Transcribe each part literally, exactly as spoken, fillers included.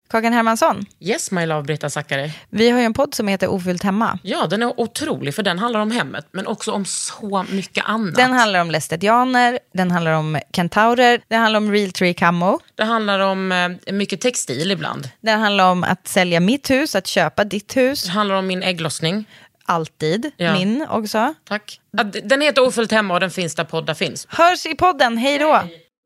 Kakan Hermansson. Yes, my love, Britta Zackari. Vi har ju en podd som heter Ofyllt hemma. Ja, den är otrolig för den handlar om hemmet, men också om så mycket annat. Den handlar om lästetianer, den handlar om kentaurer, den handlar om real tree camo. Det handlar om eh, mycket textil ibland. Den handlar om att sälja mitt hus, att köpa ditt hus. Det handlar om min ägglossning. Alltid, ja. Min också. Tack. Den heter Ofyllt hemma och den finns där poddar finns. Hörs i podden, hej då!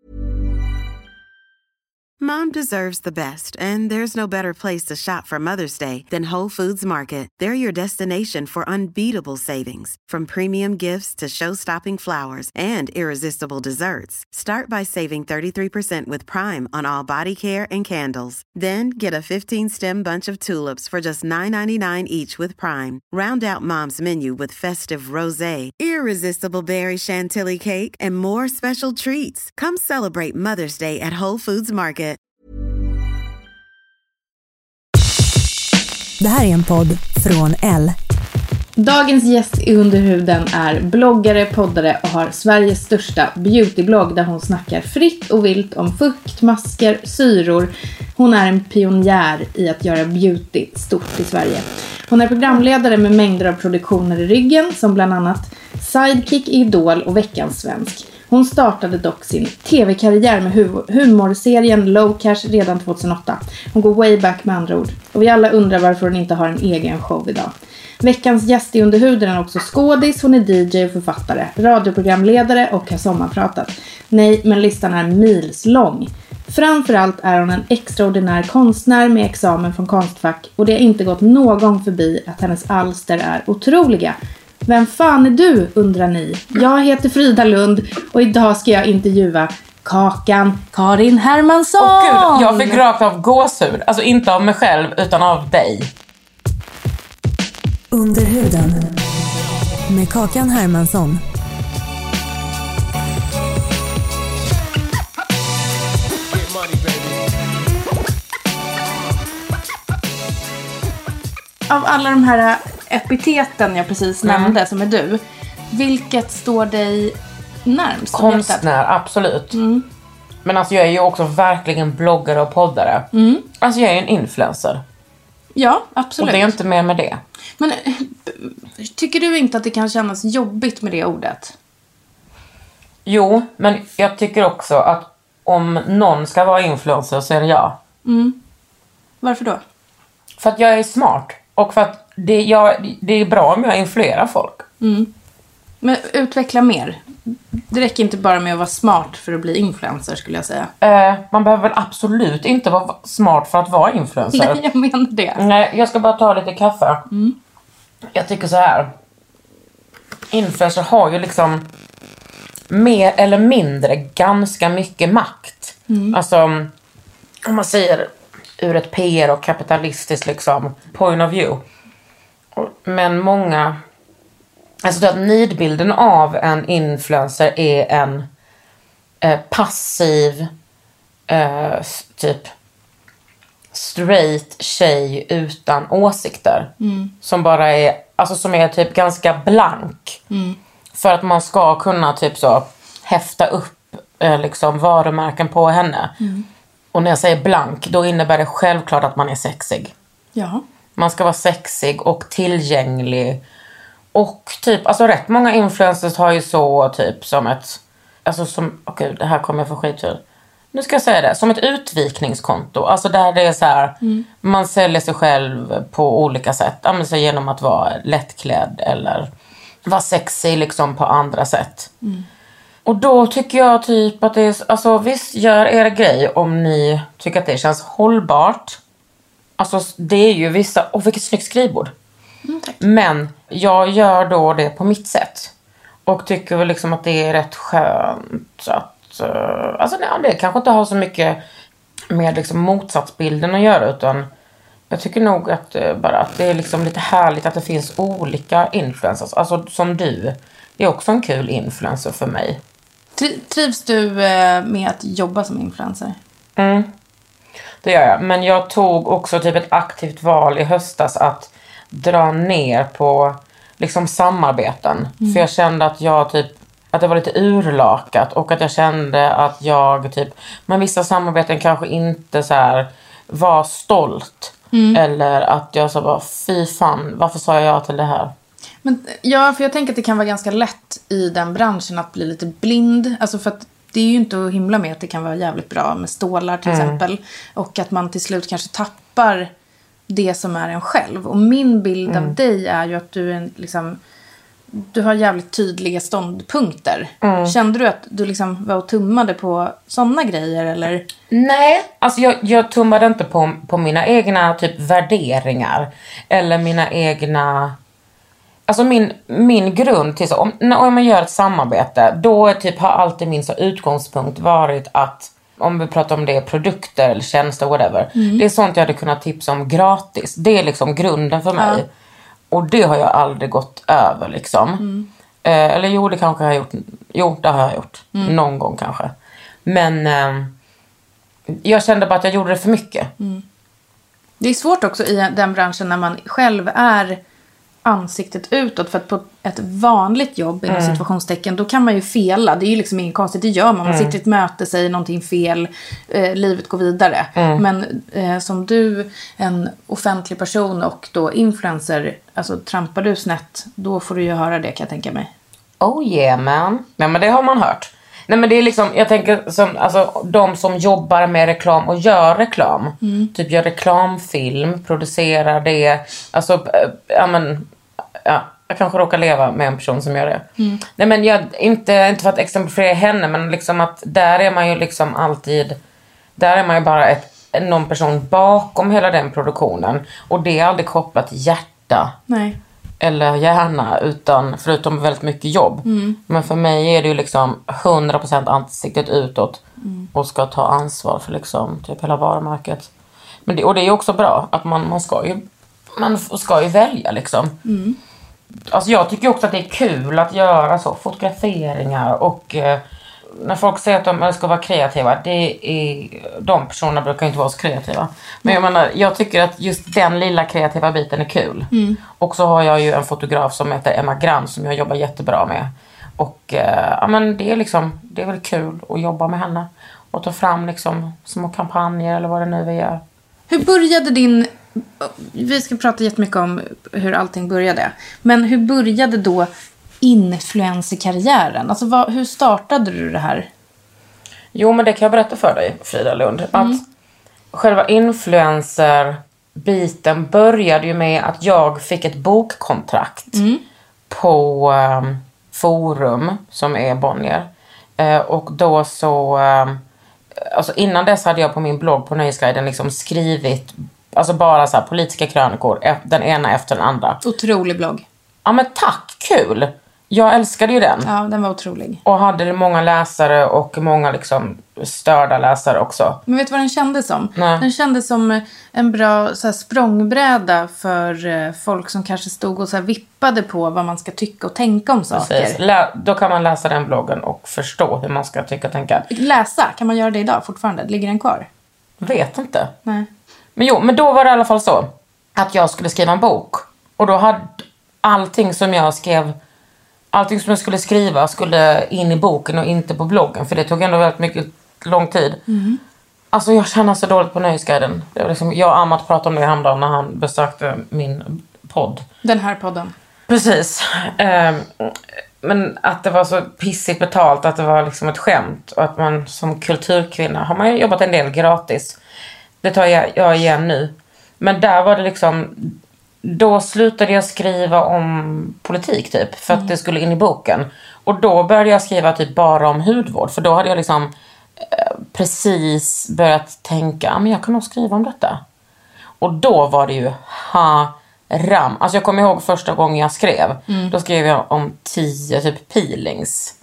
Mom deserves the best, and there's no better place to shop for Mother's Day than Whole Foods Market. They're your destination for unbeatable savings, from premium gifts to show-stopping flowers and irresistible desserts. Start by saving thirty-three percent with Prime on all body care and candles. Then get a fifteen-stem bunch of tulips for just nine ninety-nine each with Prime. Round out Mom's menu with festive rosé, irresistible berry chantilly cake, and more special treats. Come celebrate Mother's Day at Whole Foods Market. Det här är en podd från L. Dagens gäst i Underhuden är bloggare, poddare och har Sveriges största beautyblogg där hon snackar fritt och vilt om fukt, masker, syror. Hon är en pionjär i att göra beauty stort i Sverige. Hon är programledare med mängder av produktioner i ryggen som bland annat Sidekick, Idol och Veckans Svensk. Hon startade dock sin tv-karriär med humorserien Low Cash redan tjugohundraåtta. Hon går way back med andra ord. Och vi alla undrar varför hon inte har en egen show idag. Veckans gäst i Underhuden är också skådis, hon är D J och författare, radioprogramledare och har sommarpratat. Nej, men listan är mils lång. Framförallt är hon en extraordinär konstnär med examen från Konstfack och det har inte gått någon förbi att hennes alster är otroliga. Vem fan är du, undrar ni? Jag heter Frida Lund och idag ska jag intervjua Kakan Karin Hermansson. Åh gud, jag fick rakt av gåshud. Alltså inte av mig själv utan av dig. Underhuden med Kakan Hermansson. Av alla de här epiteten jag precis mm. nämnde som är du, vilket står dig närmst? Konstnär, absolut. Mm. Men alltså jag är ju också verkligen bloggare och poddare. Mm. Alltså jag är en influencer. Ja, absolut. Och det är inte mer med det. Men tycker du inte att det kan kännas jobbigt med det ordet? Jo, men jag tycker också att om någon ska vara influencer så är det jag. Mm. Varför då? För att jag är smart. Och för att det, jag, det är bra om jag influerar folk. Mm. Men utveckla mer. Det räcker inte bara med att vara smart för att bli influencer, skulle jag säga. Eh, man behöver väl absolut inte vara smart för att vara influencer. Nej, jag menar det. Nej, jag ska bara ta lite kaffe. Mm. Jag tycker så här. Influencer har ju liksom mer eller mindre ganska mycket makt. Mm. Alltså, om man säger ur ett P R och kapitalistiskt liksom point of view. Men många, alltså att nidbilden av en influencer är en eh, passiv eh, typ straight tjej utan åsikter. Mm. Som bara är, alltså som är typ ganska blank. Mm. För att man ska kunna typ så häfta upp eh, liksom varumärken på henne. Mm. Och när jag säger blank, då innebär det självklart att man är sexig. Ja. Man ska vara sexig och tillgänglig. Och typ, alltså rätt många influencers har ju så typ som ett, alltså som, okej okay, det här kommer jag få skit för. Nu ska jag säga det, som ett utvikningskonto. Alltså där det är så här, mm. man säljer sig själv på olika sätt. Alltså genom att vara lättklädd eller vara sexig liksom på andra sätt. Mm. Och då tycker jag typ att det är, alltså visst, gör er grej om ni tycker att det känns hållbart. Alltså det är ju vissa, och vilket snyggt skrivbord. Mm, men jag gör då det på mitt sätt. Och tycker väl liksom att det är rätt skönt att, uh, alltså nej, det kanske inte har så mycket med liksom motsatsbilden att göra, utan jag tycker nog att uh, bara att det är liksom lite härligt att det finns olika influencers. Alltså som du är också en kul influencer för mig. Trivs du med att jobba som influencer? Mm, det gör jag. Men jag tog också typ ett aktivt val i höstas att dra ner på liksom samarbeten. Mm. För jag kände att jag typ, att det var lite urlakat och att jag kände att jag typ, men vissa samarbeten kanske inte så här vara stolt. Mm. Eller att jag sa bara, fy fan, varför sa jag ja till det här? Men, ja, för jag tänker att det kan vara ganska lätt i den branschen att bli lite blind. Alltså för att det är ju inte att himla med att det kan vara jävligt bra med stålar till mm. exempel. Och att man till slut kanske tappar det som är en själv. Och min bild mm. av dig är ju att du är en, liksom... Du har jävligt tydliga ståndpunkter. Mm. Kände du att du liksom var och tummade på sådana grejer, eller? Nej, alltså jag, jag tummade inte på, på mina egna typ värderingar. Eller mina egna... Alltså min, min grund till så... Om, när man gör ett samarbete, då typ har alltid min så utgångspunkt varit att... Om vi pratar om det, produkter eller tjänster, whatever. Mm. Det är sånt jag hade kunnat tipsa om gratis. Det är liksom grunden för mig. Ja. Och det har jag aldrig gått över liksom. Mm. Eh, eller jo, det kanske jag har gjort. Jo, det har jag gjort. Mm. Någon gång kanske. Men eh, jag kände bara att jag gjorde det för mycket. Mm. Det är svårt också i den branschen när man själv är ansiktet utåt. För att på ett vanligt jobb, inom mm. situationstecken, då kan man ju fela. Det är ju liksom inget konstigt, det gör man. Man mm. sitter i ett möte, säger någonting fel, eh, livet går vidare. Mm. Men eh, som du, en offentlig person och då influencer, alltså trampar du snett, då får du ju höra det, kan jag tänka mig. Oh yeah man. Nej men det har man hört. Nej men det är liksom, jag tänker som, alltså de som jobbar med reklam och gör reklam. Mm. Typ gör reklamfilm, producerar det. Alltså, ja men, ja, jag kanske råkar leva med en person som gör det. Mm. Nej men jag, inte, inte för att exemplifiera henne, men liksom att där är man ju liksom alltid, där är man ju bara ett, någon person bakom hela den produktionen. Och det är aldrig kopplat till hjärta. Nej. Eller hjärna, utan förutom väldigt mycket jobb. Mm. Men för mig är det ju liksom hundra procent ansiktet utåt. Mm. Och ska ta ansvar för liksom typ hela varumärket. Men det, och det är ju också bra att man, man, ska, ju, man ska ju välja liksom. Mm. Alltså jag tycker också att det är kul att göra så fotograferingar. Och eh, när folk säger att de ska vara kreativa, det är, de personerna brukar inte vara så kreativa. Men jag menar, jag tycker att just den lilla kreativa biten är kul. Mm. Och så har jag ju en fotograf som heter Emma Grann som jag jobbar jättebra med. Och eh, ja, men det är liksom, det är väl kul att jobba med henne. Och ta fram liksom små kampanjer eller vad det nu vi gör. Hur började din... Vi ska prata jättemycket om hur allting började. Men hur började då influencerkarriären? Alltså vad, hur startade du det här? Jo, men det kan jag berätta för dig, Frida Lund. Mm. Att själva influencer-biten började ju med att jag fick ett bokkontrakt mm. på um, Forum, som är Bonnier. Uh, och då så... Um, alltså innan dess hade jag på min blogg på Nöjesguiden liksom skrivit... Alltså bara så här politiska krönikor, den ena efter den andra. Otrolig blogg. Ja, men tack, kul! Jag älskade ju den. Ja, den var otrolig. Och hade många läsare och många liksom störda läsare också. Men vet du vad den kändes som? Nej. Den kändes som en bra så här, språngbräda för eh, folk som kanske stod och så här, vippade på vad man ska tycka och tänka om saker. Precis. Lä- då kan man läsa den bloggen och förstå hur man ska tycka och tänka. Läsa? Kan man göra det idag fortfarande? Ligger den kvar? Vet inte. Nej. Men jo, men då var det i alla fall så att jag skulle skriva en bok. Och då hade allting som jag skrev... Allting som jag skulle skriva skulle in i boken och inte på bloggen. För det tog ändå väldigt mycket lång tid. Mm. Alltså jag känner så dåligt på Nöjesguiden. Det var liksom, jag och Amat pratade om det häromdagen när han besökte min podd. Den här podden. Precis. Um, men att det var så pissigt betalt. Att det var liksom ett skämt. Och att man som kulturkvinna har man ju jobbat en del gratis. Det tar jag, jag igen nu. Men där var det liksom... Då slutade jag skriva om politik typ. För att mm. det skulle in i boken. Och då började jag skriva typ bara om hudvård. För då hade jag liksom eh, precis börjat tänka. Men jag kan nog skriva om detta. Och då var det ju haram. Alltså jag kommer ihåg första gången jag skrev. Mm. Då skrev jag om tio typ peelings.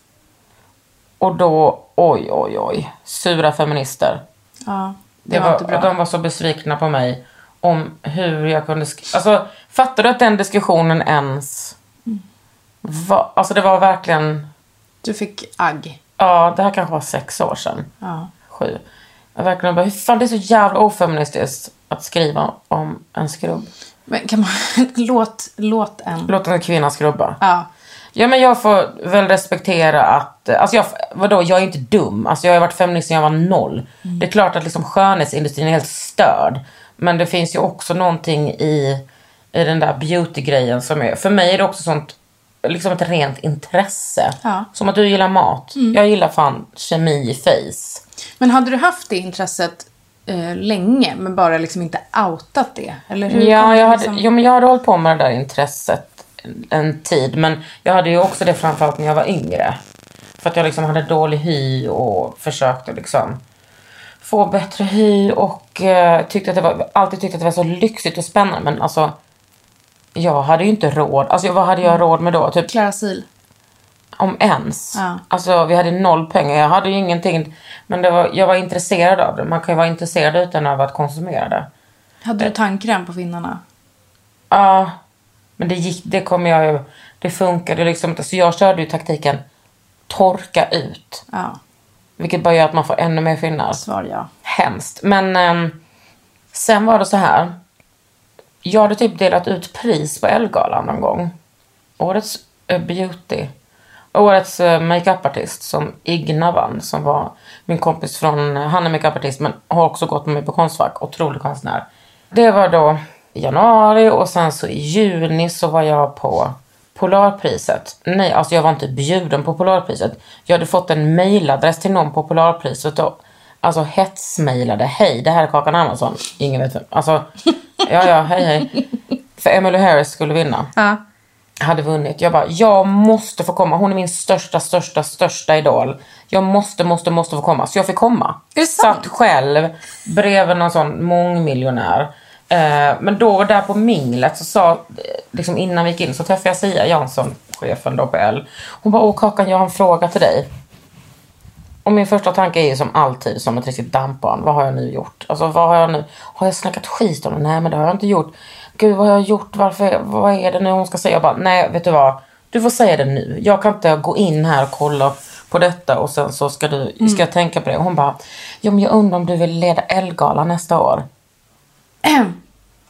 Och då, oj oj oj. Sura feminister. Ja, det, det var, var inte bra. De var så besvikna på mig. Om hur jag kunde skriva. Alltså, fattar du att den diskussionen ens mm. var, alltså det var verkligen... Du fick agg. Ja, det här kanske var sex år sedan. Ja. Sju. Jag verkligen bara, hur fan det är så jävla ofeministiskt att skriva om en skrubb. Men kan man... låt, låt en... Låt en kvinna skrubba. Ja. Ja, men jag får väl respektera att... Alltså jag, vadå, jag är inte dum. Alltså jag har varit feminist sedan jag var noll. Mm. Det är klart att liksom skönhetsindustrin är helt störd. Men det finns ju också någonting i, i den där beauty-grejen som är... För mig är det också sånt... Liksom ett rent intresse. Ja. Som att du gillar mat. Mm. Jag gillar fan kemi i face. Men hade du haft det intresset eh, länge, men bara liksom inte outat det? Eller hur? Ja, jag hade, liksom... jo, men jag hade hållit på med det där intresset en, en tid. Men jag hade ju också det framförallt när jag var yngre. För att jag liksom hade dålig hy och försökte liksom få bättre hy. Och eh, tyckte att det var, alltid tyckte att det var så lyxigt och spännande. Men alltså, jag hade ju inte råd. Alltså vad hade jag mm. råd med då? Typ Klarasil. Om ens. Ja. Alltså vi hade noll pengar. Jag hade ju ingenting. Men det var, jag var intresserad av det. Man kan ju vara intresserad utan av att konsumera det. Hade du tandkräm på finnarna? Ja. Men det gick, det kom jag ju. Det funkade liksom inte. Så jag körde ju taktiken torka ut. Ja. Vilket bara gör att man får ännu mer finnar. Svar ja. Hemskt. Men eh, sen var det så här. Jag hade typ delat ut pris på Ellegalan någon gång. Årets uh, beauty. Årets uh, makeup-artist som Igna vann. Som var min kompis från... Han är makeup-artist men har också gått med mig på Konstfack. Otrolig konstnär. Det var då i januari och sen så i juni så var jag på Polarpriset. Nej, alltså jag var inte bjuden på Polarpriset. Jag hade fått en mailadress till någon på Polarpriset och alltså hetsmailade. Hej, det här är Kakan Hermansson. Ingen vet vem. Alltså, ja, ja, hej, hej. För Emily Harris skulle vinna. Ja. Hade vunnit. Jag bara, jag måste få komma. Hon är min största, största, största idol. Jag måste, måste, måste få komma. Så jag fick komma. Är det sant? Satt själv bredvid någon sån mångmiljonär. Eh, men då där på minglet så sa, liksom innan vi gick in så träffade jag Sia Jansson, chefen då på L. Hon bara, åh Kakan, jag har en fråga till dig. Och min första tanke är ju som alltid som ett riktigt dampbarn. Vad har jag nu gjort? Alltså vad har jag nu? Har jag snackat skit om det? Nej, men det har jag inte gjort. Gud, vad har jag gjort? Varför? Vad är det nu hon ska säga? Jag bara, nej, vet du vad? Du får säga det nu. Jag kan inte gå in här och kolla på detta och sen så ska du mm. ska jag tänka på det. Och hon bara, jo men jag undrar om du vill leda Ellegalan nästa år. Mm.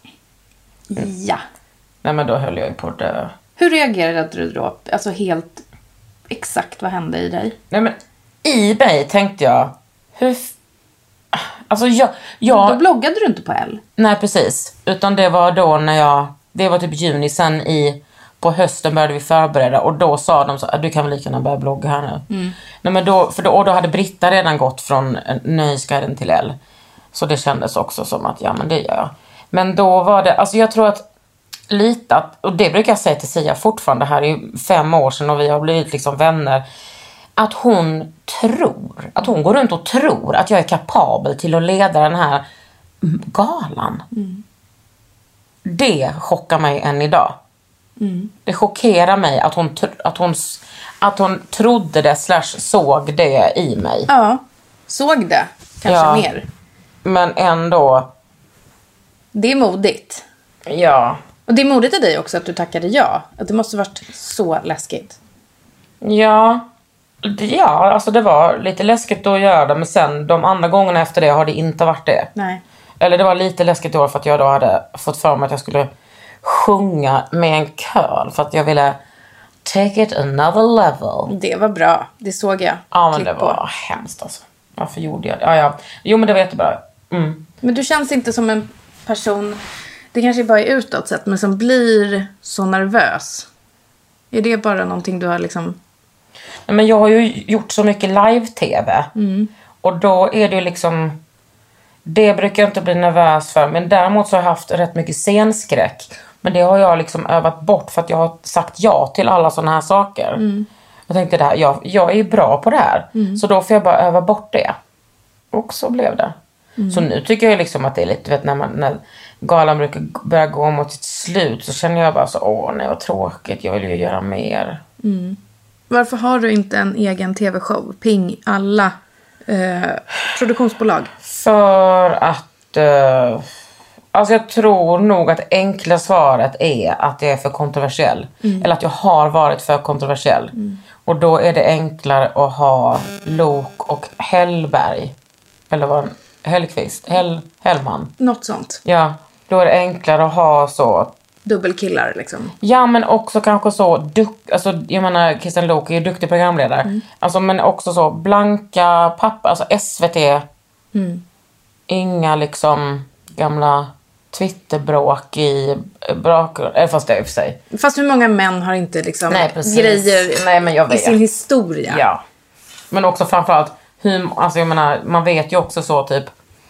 Ja. Nej, men då höll jag ju på det. Hur reagerade du då? Alltså helt exakt vad hände i dig? Nej, men i mig tänkte jag, hur... F- alltså jag, jag... Då bloggade du inte på L? Nej, precis. Utan det var då när jag... Det var typ juni. Sen i... På hösten började vi förbereda. Och då sa de så att du kan väl lika gärna börja blogga här nu. Mm. Nej, men då... För då, och då hade Britta redan gått från Nöjesguiden till L. Så det kändes också som att, ja men det gör jag. Men då var det... Alltså jag tror att... Lite att... Och det brukar jag säga till Sia fortfarande. Här är fem år sedan och vi har blivit liksom vänner. Att hon tror, att hon går runt och tror att jag är kapabel till att leda den här galan. Mm. Det chockar mig än idag. Mm. Det chockerar mig att hon, att, hon, att hon trodde det slash såg det i mig. Ja, såg det. Kanske ja, mer. Men ändå. Det är modigt. Ja. Och det är modigt av dig också att du tackade ja. Att det måste varit så läskigt. Ja. Ja, alltså det var lite läskigt att göra det. Men sen de andra gångerna efter det har det inte varit det. Nej. Eller det var lite läskigt då för att jag då hade fått för mig att jag skulle sjunga med en kör. För att jag ville take it another level. Det var bra, det såg jag. Ja, men det var på. Hemskt alltså. Varför gjorde jag det? Ja, ja. Jo, men det var jättebra. Mm. Men du känns inte som en person, det kanske bara är utåt sett, men som blir så nervös. Är det bara någonting du har liksom... Men jag har ju gjort så mycket live-tv. Mm. Och då är det liksom... Det brukar jag inte bli nervös för. Men däremot så har jag haft rätt mycket scenskräck. Men det har jag liksom övat bort för att jag har sagt ja till alla såna här saker. Mm. Jag tänkte det här, jag, jag är ju bra på det här. Mm. Så då får jag bara öva bort det. Och så blev det. Mm. Så nu tycker jag liksom att det är lite, vet, när, man, när galan brukar börja gå mot sitt slut så känner jag bara så, åh nej vad tråkigt, jag vill ju göra mer. Mm. Varför har du inte en egen tv-show? Ping alla eh, produktionsbolag. För att eh, alltså jag tror nog att enkla svaret är att jag är för kontroversiell. Mm. Eller att jag har varit för kontroversiell. Mm. Och då är det enklare att ha Lok och Hellberg. Eller vad Hellqvist, Hell, Hellman. Något sånt. Ja, då är det enklare att ha så dubbelkillar liksom. Ja, men också kanske så duck, alltså jag menar Kristian Lok är ju duktig programledare. Mm. Alltså men också så blanka papper, alltså S V T. Mm. Inga liksom gamla Twitterbråk i bakgrund, eller fast det är för sig. Fast hur många män har inte liksom Nej, grejer Nej, men jag vet. i sin historia? Ja. Men också framförallt hur, alltså jag menar, man vet ju också så typ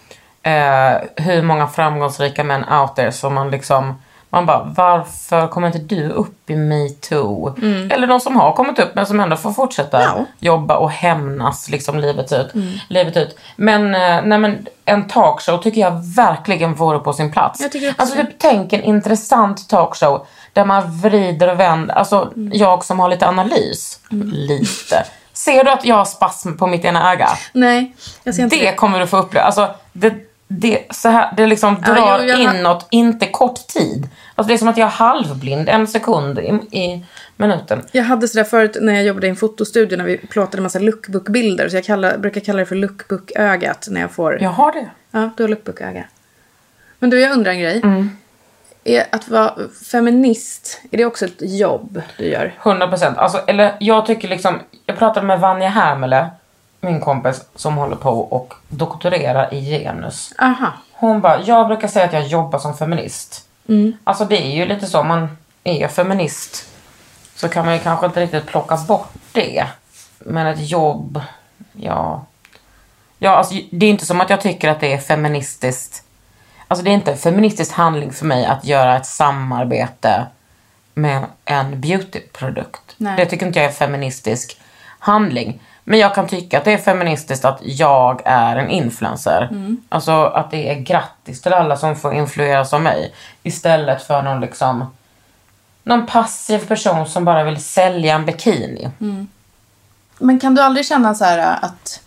eh, hur många framgångsrika män out there som man liksom, man bara, varför kommer inte du upp i MeToo? Mm. Eller de som har kommit upp men som ändå får fortsätta ja. jobba och hämnas liksom livet ut. Mm. Livet ut. Men, eh, nej, men en talkshow tycker jag verkligen vore på sin plats. Jag tycker alltså typ, tänk en intressant talkshow där man vrider och vänder. Alltså mm. jag som har lite analys. Mm. Lite. Ser du att jag har spasm på mitt ena öga? Nej, jag ser inte det. Det kommer du få uppleva. Alltså, det, det, så här, det liksom drar ja, jo, jag... inåt, inte kort tid. Alltså, det är som att jag är halvblind en sekund i, i minuten. Jag hade sådär förut när jag jobbade i en fotostudio när vi plåtade en massa lookbook-bilder. Så jag kallar, brukar kalla det för lookbook-ögat när jag får... Jag har det. Ja, du har lookbook-öga. Men du, jag undrar en grej. Mm. Är att vara feminist, är det också ett jobb du gör? hundra procent. Alltså, eller jag tycker liksom, jag pratade med Vanja Hermele, min kompis som håller på och doktorerar i genus. Aha. Hon bara, jag brukar säga att jag jobbar som feminist. Mm. Alltså det är ju lite så, man är feminist så kan man ju kanske inte riktigt plocka bort det. Men ett jobb, ja. Ja, alltså det är inte som att jag tycker att det är feministiskt. Alltså det är inte en feministisk handling för mig att göra ett samarbete med en beautyprodukt. Nej. Det tycker inte jag är en feministisk handling. Men jag kan tycka att det är feministiskt att jag är en influencer. Mm. Alltså att det är grattis till alla som får influeras av mig. Istället för någon liksom någon passiv person som bara vill sälja en bikini. Mm. Men kan du aldrig känna så här att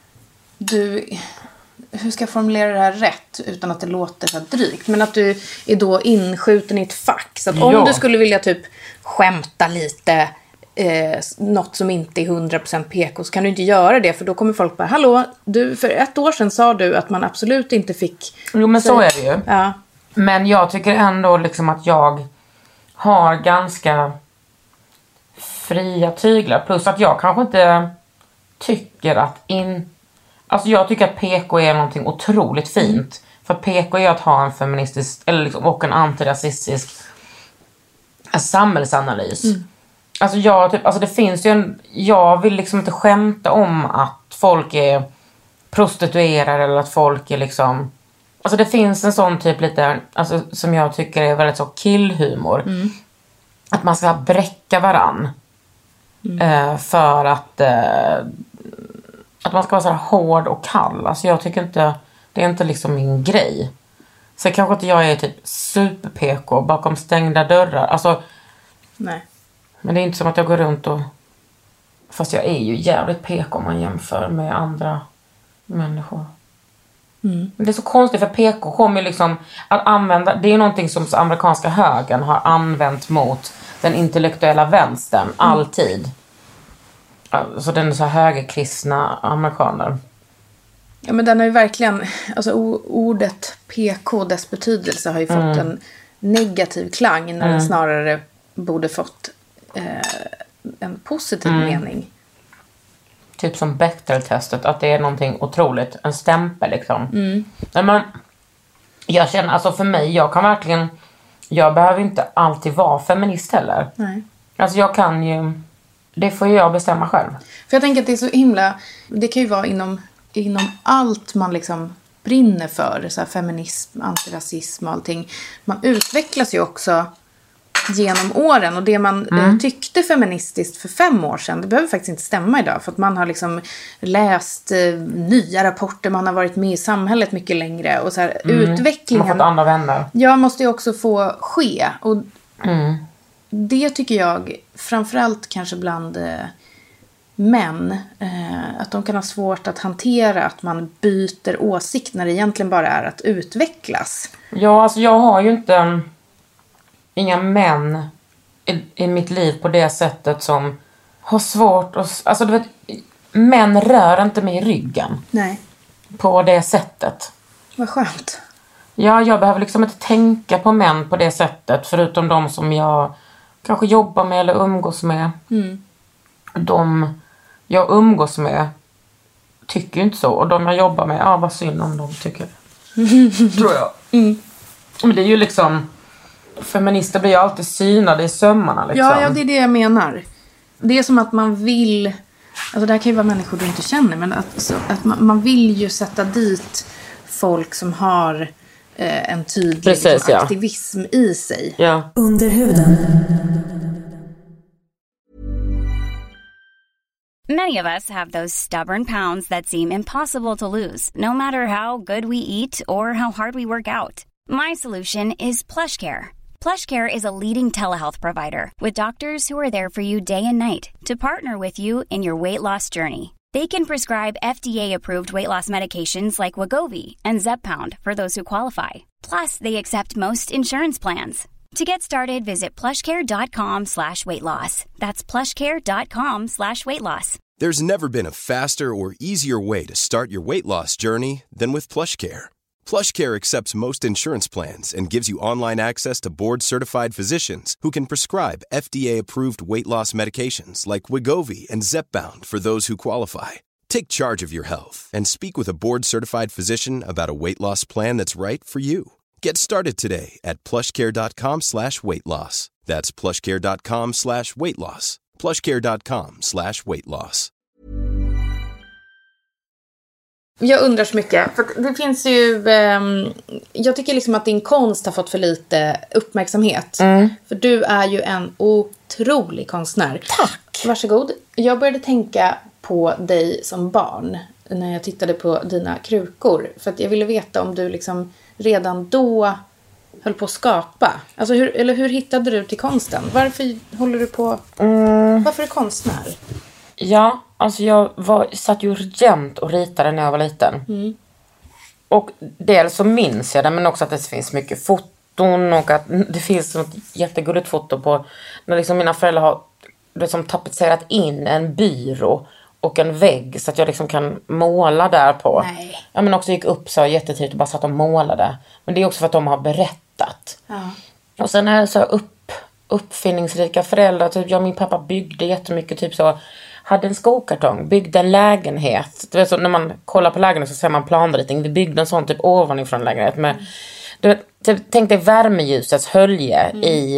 du... Hur ska jag formulera det här rätt utan att det låter så drygt? Men att du är då inskjuten i ett fack. Så att om ja. du skulle vilja typ skämta lite, eh, något som inte är hundra procent P K, så kan du inte göra det. För då kommer folk bara, hallå, du, för ett år sedan sa du att man absolut inte fick... Jo, men så, så är det ju. Ja. Men jag tycker ändå liksom att jag har ganska fria tyglar. Plus att jag kanske inte tycker att in... Alltså jag tycker att P K är någonting otroligt fint. Mm. För P K är att ha en feministisk eller liksom, och en antirasistisk samhällsanalys. Mm. Alltså jag typ, alltså det finns ju en, jag vill liksom inte skämta om att folk är prostituerade eller att folk är liksom, alltså det finns en sån typ lite, alltså som jag tycker är väldigt så killhumor. Mm. Att man ska bräcka varann. Mm. Eh, för att eh, att man ska vara så här hård och kall. Alltså jag tycker inte, det är inte liksom min grej. Så kanske inte jag är typ super-P K bakom stängda dörrar. Alltså, nej. Men det är inte som att jag går runt och... Fast jag är ju jävligt P K om man jämför med andra människor. Mm. Men det är så konstigt för P K kommer liksom att använda... Det är ju någonting som amerikanska högern har använt mot den intellektuella vänstern. Mm. Alltid. Så den är så högerkristna amerikaner. Ja, men den har ju verkligen, alltså ordet P K, dess betydelse har ju fått mm. en negativ klang när mm. den snarare borde fått eh, en positiv mm. mening. Typ som Bechdel-testet, att det är någonting otroligt, en stämpel liksom. Mm. Men jag känner, alltså för mig, jag kan verkligen, jag behöver inte alltid vara feminist heller. Nej. Alltså jag kan ju, det får ju jag bestämma själv. För jag tänker att det är så himla, det kan ju vara inom, inom allt man liksom brinner för, så här feminism, antirasism och allting. Man utvecklas ju också genom åren, och det man mm. eh, tyckte feministiskt för fem år sedan, det behöver faktiskt inte stämma idag, för att man har liksom läst eh, nya rapporter, man har varit med i samhället mycket längre, och så här mm. utvecklingen, man har fått andra vänner. Ja, måste ju också få ske, och mm. det tycker jag framförallt kanske bland eh, män, eh, att de kan ha svårt att hantera att man byter åsikt när det egentligen bara är att utvecklas. Ja, alltså jag har ju inte inga män i, i mitt liv på det sättet som har svårt att, alltså du vet, män rör inte mig i ryggen. Nej. På det sättet. Vad skönt. Ja, jag behöver liksom inte tänka på män på det sättet. Förutom de som jag kanske jobbar med eller umgås med. Mm. De jag umgås med tycker inte så. Och de jag jobbar med, ja vad synd om de tycker. Tror jag. Mm. Men det är ju liksom... Feminister blir ju alltid synade i sömmarna liksom. Ja, ja, det är det jag menar. Det är som att man vill... Alltså det här kan ju vara människor du inte känner. Men att, så, att man, man vill ju sätta dit folk som har eh, en tydlig Precis, liksom, ja. aktivism i sig. Ja. Under huden. Many of us have those stubborn pounds that seem impossible to lose, no matter how good we eat or how hard we work out. My solution is PlushCare. PlushCare is a leading telehealth provider with doctors who are there for you day and night to partner with you in your weight loss journey. They can prescribe F D A-approved weight loss medications like Wegovy and Zepbound for those who qualify. Plus, they accept most insurance plans. To get started, visit plushcare.com slash weight loss. That's plushcare.com slash weight loss. There's never been a faster or easier way to start your weight loss journey than with PlushCare. PlushCare accepts most insurance plans and gives you online access to board-certified physicians who can prescribe F D A-approved weight loss medications like Wegovy and Zepbound for those who qualify. Take charge of your health and speak with a board-certified physician about a weight loss plan that's right for you. Get started today at plushcare.com slash weight loss. That's plushcare.com slash weight loss. plushcare.com slash weight loss. Jag undrar så mycket. För det finns ju... Eh, jag tycker liksom att din konst har fått för lite uppmärksamhet. Mm. För du är ju en otrolig konstnär. Tack! Varsågod. Jag började tänka på dig som barn när jag tittade på dina krukor. För att jag ville veta om du liksom redan då höll på att skapa. Alltså hur, eller hur hittade du till konsten? Varför håller du på... Mm. Varför är du konstnär? Ja, alltså jag var, satt ju jämt och ritade när jag var liten. Mm. Och dels så minns jag det, men också att det finns mycket foton och att det finns något jättegulligt foto på när liksom mina föräldrar har liksom tapetserat in en byrå och en vägg så att jag liksom kan måla där på. Nej. Ja, men också gick upp så jättetidigt och bara satt och målade. Men det är också för att de har berättat. Ja. Och sen är det så upp, uppfinningsrika föräldrar. Typ jag och min pappa byggde jättemycket. Typ så, hade en skokartong, byggde en lägenhet. Du vet, så när man kollar på lägenhet så ser man planritning. Vi byggde en sån typ ovanifrån lägenhet. Med, mm. du vet, typ, tänk dig värmeljusets hölje mm. i,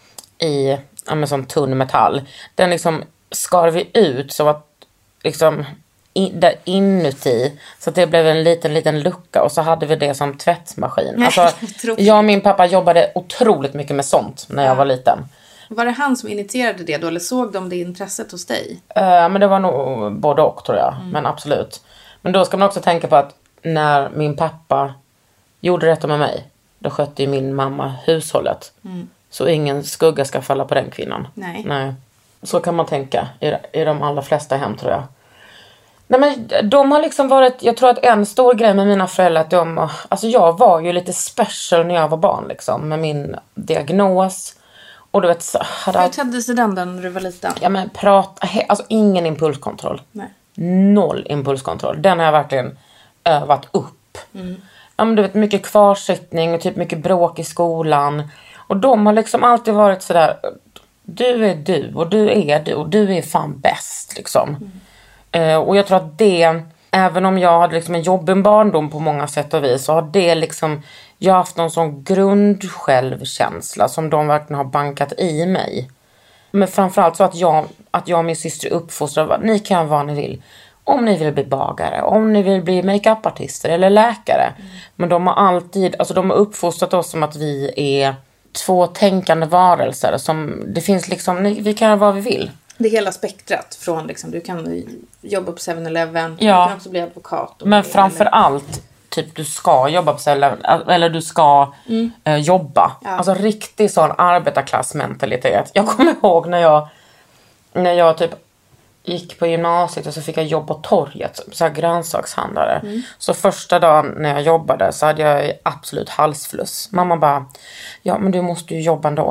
i ja, med sån tunn metall. Den liksom skar vi ut så att liksom in, där inuti så att det blev en liten liten lucka och så hade vi det som tvättmaskin. Alltså, jag och min pappa jobbade otroligt mycket med sånt när jag var liten. Var det han som initierade det då eller såg de det intresset hos dig? Uh, men det var nog både och tror jag, mm. men absolut. Men då ska man också tänka på att när min pappa gjorde detta med mig, då skötte ju min mamma hushållet. Mm. Så ingen skugga ska falla på den kvinnan. Nej. Nej. Så kan man tänka i, i de allra flesta hem tror jag. Nej, men de har liksom varit, jag tror att en stor grej med mina föräldrar att de, alltså jag var ju lite special när jag var barn liksom med min diagnos. Och du vet så hade hur tedde sig den när du var liten? Ja men prata, alltså ingen impulskontroll. Nej. Noll impulskontroll. Den har jag verkligen övat upp. Mm. Ja men du vet mycket kvarsittning och typ mycket bråk i skolan. Och de har liksom alltid varit sådär, du är du och du är du och du är fan bäst liksom. Mm. Uh, och jag tror att det, även om jag hade liksom en jobbig barndom på många sätt och vis, så har det liksom, jag har haft någon sån grundsjälvkänsla som de verkligen har bankat i mig. Men framförallt så att jag, att jag och min syster uppfostrade, ni kan vara vad ni vill. Om ni vill bli bagare, om ni vill bli makeupartister eller läkare. Mm. Men de har alltid, alltså de har uppfostrat oss som att vi är två tänkande varelser. Som, det finns liksom, vi kan göra vad vi vill. Det hela spektrat från liksom, du kan jobba på seven eleven, ja. Du kan också bli advokat. Men framför allt typ du ska jobba på seven eleven eller du ska mm. eh, jobba. Ja. Alltså riktig sån arbetarklassmentalitet. Jag kommer ihåg när jag när jag typ gick på gymnasiet och så fick jag jobb på torget så här grönsakshandlare. Mm. Så första dagen när jag jobbade så hade jag absolut halsfluss. Mamma bara, ja men du måste ju jobba ändå.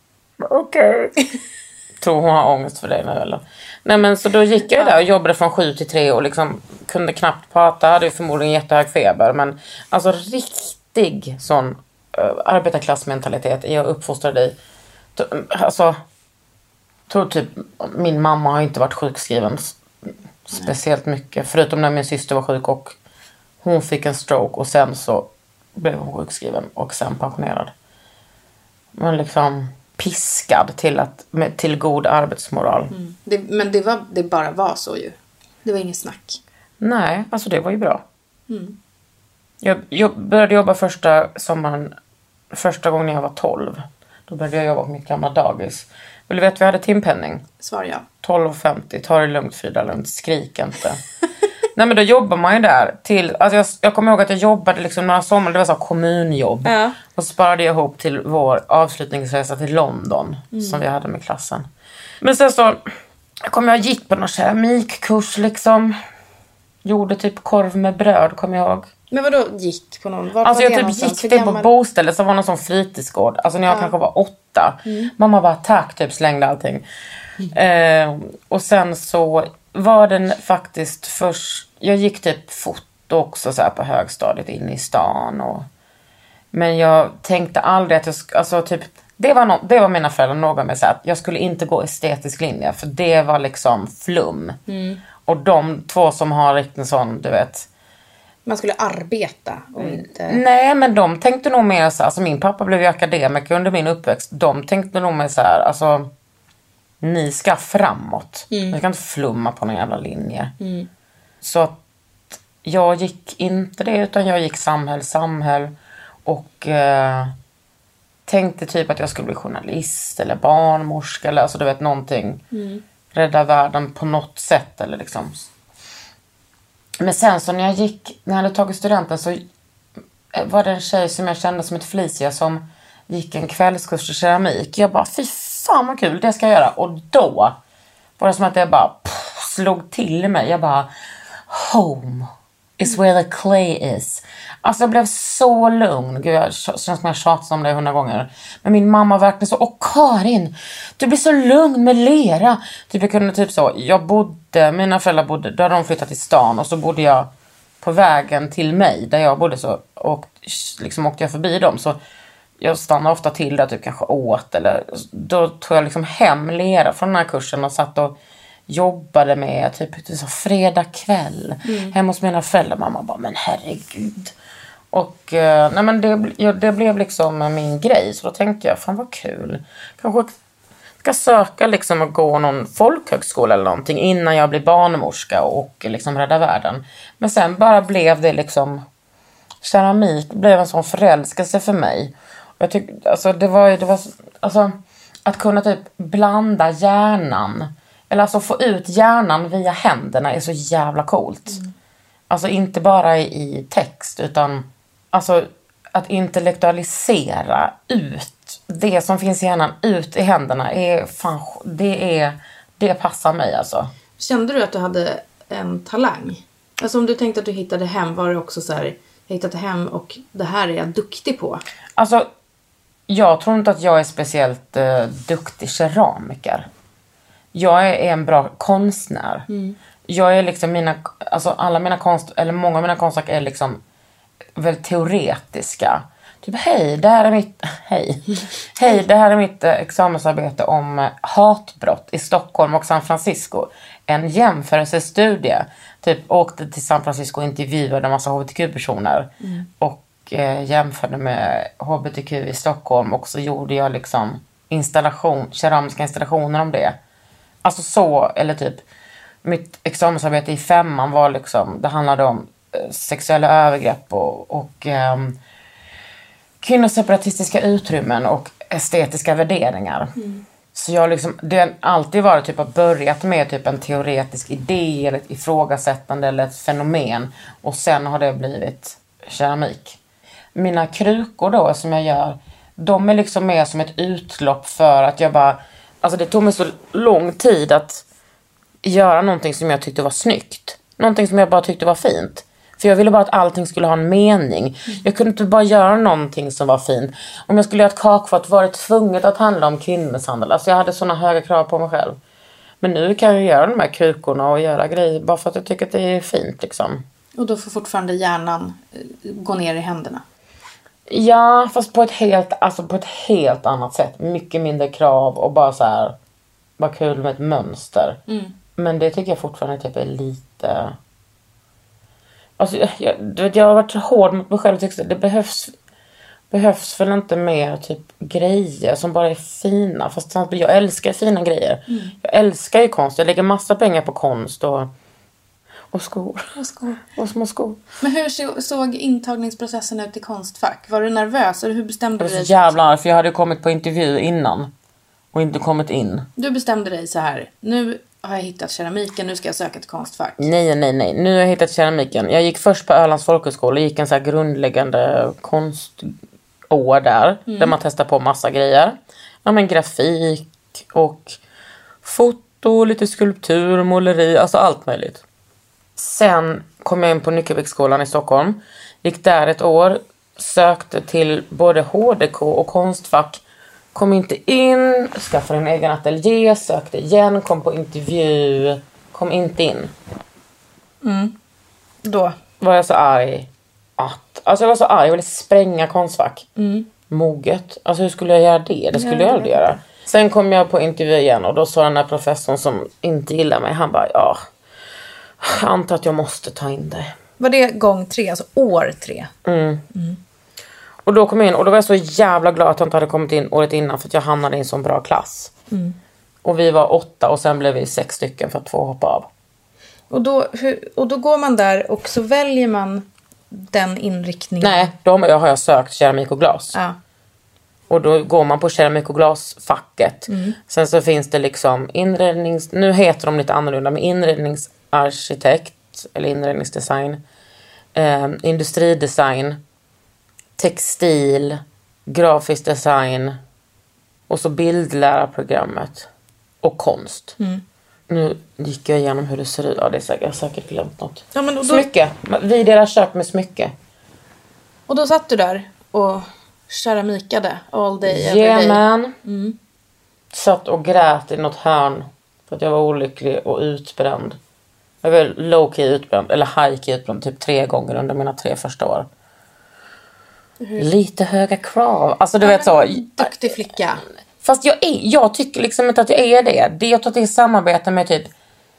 Okej. Okay. Tror hon har ångest för det nu eller? Nej men så då gick jag där och jobbade från sju till tre och liksom kunde knappt prata. Hade ju förmodligen jättehög feber. Men alltså riktigt riktig sån uh, arbetarklassmentalitet är jag uppfostrad i. Alltså, tror typ min mamma har inte varit sjukskriven speciellt mycket. Förutom när min syster var sjuk och hon fick en stroke och sen så blev hon sjukskriven och sen pensionerad. Men liksom piskad till, att, med, till god arbetsmoral. Mm. Det, men det, var, det bara var så ju. Det var inget snack. Nej, alltså det var ju bra. Mm. Jag, jag började jobba första sommaren, första gången jag var tolv. Då började jag jobba på mitt gamla dagis. Vill du veta vad jag hade timpenning? Svar ja. tolv femtio, ta det lugnt Frida, lugnt, skrik inte. Nej men då jobbar man ju där till, alltså jag, jag kommer ihåg att jag jobbade liksom några sommar, det var så kommunjobb. Ja. Och så sparade jag ihop till vår avslutningsresa till London mm. som vi hade med klassen. Men sen så kom jag gick på någon keramikkurs liksom. Gjorde typ korv med bröd, kommer jag ihåg. Men vadå gick på någon? Var alltså jag det typ gick det på boställe som var någon sån fritidsgård. Alltså när jag ja. kanske var åtta. Mm. Mamma bara tack, typ slängde allting. Mm. Eh, och sen så var den faktiskt först... Jag gick typ foto också så här på högstadiet inne i stan. Och, men jag tänkte aldrig att jag... Alltså typ... Det var, no, det var mina föräldrar någon med så här, att jag skulle inte gå estetisk linje. För det var liksom flum. Mm. Och de två som har riktigt sån, du vet... Man skulle arbeta och inte... Nej, men de tänkte nog mer så här... Alltså min pappa blev ju akademiker under min uppväxt. De tänkte nog mer så här... Alltså, ni ska framåt. Mm. Ni kan inte flumma på någon jävla linje. Mm. Så att jag gick inte det, utan jag gick samhäll, samhäll. Och eh, tänkte typ att jag skulle bli journalist eller barnmorska. Eller alltså du vet någonting. Mm. Rädda världen på något sätt eller liksom... Men sen så när jag gick, när jag hade tagit studenten så var det en tjej som jag kände som ett Felicia som gick en kvällskurs i keramik. Jag bara, fy fan vad kul, det ska jag göra. Och då var det som att jag bara pff, slog till mig. Jag bara, home is where the clay is. Alltså jag blev så lugn. Gud, jag känns som jag tjatat om det hundra gånger. Men min mamma verkligen så, åh Karin, du blir så lugn med lera. Typ jag kunde typ så, jag bodde, mina föräldrar bodde, då hade de flyttat till stan. Och så bodde jag på vägen till mig, där jag bodde så, och liksom åkte jag förbi dem. Så jag stannade ofta till där, typ kanske åt. Eller, då tog jag liksom hem lera från den här kursen och satt och jobbade med typ så fredag kväll mm. hemma hos mina föräldrar. Mamma bara, men herregud. Och eh, nej men det, ja, det blev liksom min grej. Så då tänkte jag, fan vad kul. Kanske ska söka liksom och gå någon folkhögskola eller någonting innan jag blir barnmorska och liksom rädda världen. Men sen bara blev det liksom, keramik blev en sån förälskelse för mig. Och jag tyckte, alltså det var, det var alltså att kunna typ blanda hjärnan, eller alltså få ut hjärnan via händerna är så jävla coolt. Mm. Alltså inte bara i text, utan alltså att intellektualisera ut det som finns i hjärnan ut i händerna är fan, det är, det passar mig alltså. Kände du att du hade en talang? Alltså om du tänkte att du hittade hem, var det också så här, jag hittade hem och det här är jag duktig på? Alltså jag tror inte att jag är speciellt uh, duktig keramiker. Jag är en bra konstnär. Mm. Jag är liksom mina, alltså alla mina konst, eller många av mina konstverk är liksom väldigt teoretiska. Typ, hej, det här är mitt, hej, hej, det här är mitt eh, examensarbete om eh, hatbrott i Stockholm och San Francisco. En jämförelsestudie. Typ, åkte till San Francisco och intervjuade en massa hbtq-personer. Mm. Och eh, jämförde med hbtq i Stockholm. Och så gjorde jag liksom installation, keramiska installationer om det. Alltså så, eller typ mitt examensarbete i femman var liksom, det handlade om eh, sexuella övergrepp och, och eh, kvinnoseparatistiska utrymmen och estetiska värderingar. Mm. Så jag liksom, det har alltid varit typ att börjat med typ en teoretisk idé eller ett ifrågasättande eller ett fenomen, och sen har det blivit keramik. Mina krukor då som jag gör, de är liksom mer som ett utlopp för att jag bara, alltså det tog mig så lång tid att göra någonting som jag tyckte var snyggt. Någonting som jag bara tyckte var fint. För jag ville bara att allting skulle ha en mening. Mm. Jag kunde inte bara göra någonting som var fint. Om jag skulle göra ett kakfat var det tvunget att handla om kvinnomisshandel. Alltså jag hade såna höga krav på mig själv. Men nu kan jag göra de här krukorna och göra grejer bara för att jag tycker att det är fint liksom. Och då får fortfarande hjärnan gå ner i händerna? Ja, fast på ett helt, alltså på ett helt annat sätt. Mycket mindre krav och bara så här, bara kul med ett mönster. Mm. Men det tycker jag fortfarande typ är lite... Alltså, jag, du vet, jag har varit hård mot mig själv och tyckte det behövs, behövs väl inte mer typ grejer som bara är fina. Fast jag älskar fina grejer. Mm. Jag älskar ju konst. Jag lägger massa pengar på konst och, och skor. Och skor. Och små skor. Men hur såg intagningsprocessen ut i Konstfack? Var du nervös? Eller hur bestämde du dig? Jag var så jävla, för jag hade kommit på intervju innan. Och inte kommit in. Du bestämde dig så här. Nu har jag hittat keramiken. Nu ska jag söka till Konstfack. Nej, nej, nej. Nu har jag hittat keramiken. Jag gick först på Ölands folkhögskola. Och gick en så här grundläggande konstår där. Mm. Där man testar på massa grejer. Ja, men grafik och foto, lite skulptur, måleri. Alltså allt möjligt. Sen kom jag in på Nyckelviksskolan i Stockholm. Gick där ett år. Sökte till både H D K och Konstfack. Kom inte in, skaffade en egen ateljé, sökte igen, kom på intervju, kom inte in. Mm. Då? Var jag så arg att, alltså jag var så arg, jag ville spränga Konstfack. Mm. Moget, alltså hur skulle jag göra det? Det skulle ja, jag aldrig göra. Sen kom jag på intervju igen och då sa den här professorn som inte gillar mig, han bara, ja, jag antar att jag måste ta in dig. Var det gång tre, alltså år tre? Mm. Mm. Och då kom jag in och då var jag så jävla glad att jag inte hade kommit in året innan för att jag hamnade i en sån bra klass. Mm. Och vi var åtta och sen blev vi sex stycken för att två hoppa av. Och då, hur, och då går man där och så väljer man den inriktningen? Nej, då har jag, har jag sökt keramik och glas. Ja. Och då går man på keramik och glasfacket. Mm. Sen så finns det liksom inrednings... Nu heter de lite annorlunda, men inredningsarkitekt eller inredningsdesign. Eh, industridesign. Textil, grafisk design och så bildlärarprogrammet och konst. Mm. Nu gick jag igenom hur det ser ut. Ja, det är säkert, jag har säkert glömt något. Ja, men då, smycke. Vi delar kök med smycke. Och då satt du där och keramikade all day, every yeah, day. Man. Mm. Satt och grät i något hörn för att jag var olycklig och utbränd. Jag var low-key utbränd, eller high-key utbränd typ tre gånger under mina tre första år. Hur? Lite höga krav. Alltså du ja, vet så. Duktig flicka. Fast jag, är, jag tycker liksom inte att jag är det. det jag tar till samarbete med typ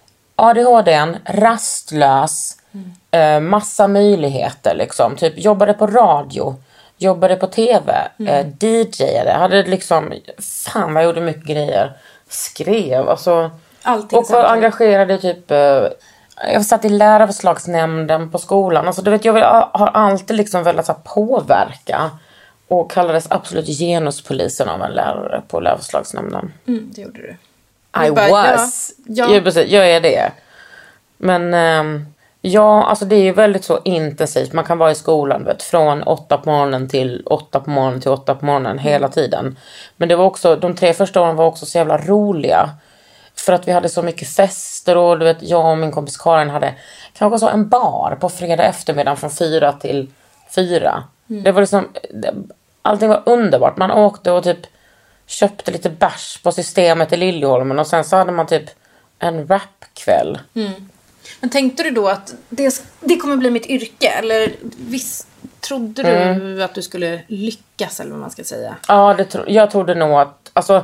A D H D, rastlös, mm. eh, massa möjligheter liksom. Typ jobbade på radio, jobbade på tv, mm. eh, D J:ade. Hade liksom, fan vad jag gjorde mycket grejer. Skrev, alltså. Allting och var engagerad i typ... Eh, jag satt i lärarförslagsnämnden på skolan. Alltså, du vet, jag har alltid liksom velat så här, påverka. Och kallades absolut genuspolisen av en lärare på lärarförslagsnämnden. Mm, det gjorde du. I bara, was. Ja, ja. Jag, precis, jag är det. Men ähm, ja, alltså det är ju väldigt så intensivt. Man kan vara i skolan vet, från åtta på morgonen till åtta på morgonen till åtta på morgonen mm. hela tiden. Men det var också, de tre första åren var också så jävla roliga. För att vi hade så mycket fester och du vet, jag och min kompis Karin hade kanske så en bar på fredag eftermiddag från fyra till fyra. Mm. Det var liksom, allting var underbart. Man åkte och typ köpte lite bärs på Systemet i Liljeholmen och sen så hade man typ en rapkväll. Mm. Men tänkte du då att det, det kommer bli mitt yrke? Eller visst, trodde du mm. att du skulle lyckas eller vad man ska säga? Ja, det tro, jag trodde nog att, alltså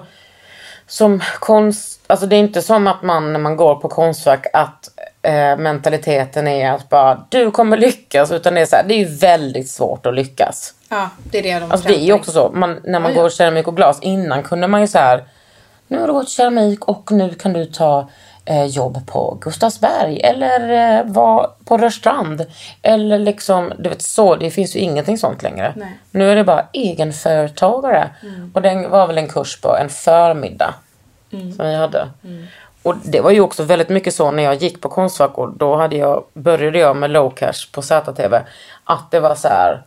som konst, alltså det är inte som att man när man går på Konstfack att eh, mentaliteten är att bara du kommer lyckas, utan det är så här, det är ju väldigt svårt att lyckas. Ja, det är det de alltså det är ju också så, man, när man ja, går keramik och glas innan kunde man ju så här, nu har du gått keramik och nu kan du ta eh, jobb på Gustavsberg eller eh, vara på Rörstrand eller liksom, du vet så, det finns ju ingenting sånt längre. Nej. Nu är det bara egenföretagare mm. och den var väl en kurs på en förmiddag mm. som vi hade. Mm. Och det var ju också väldigt mycket så när jag gick på Konstfack och då hade jag, började jag med low cash på Z T V att det var så här,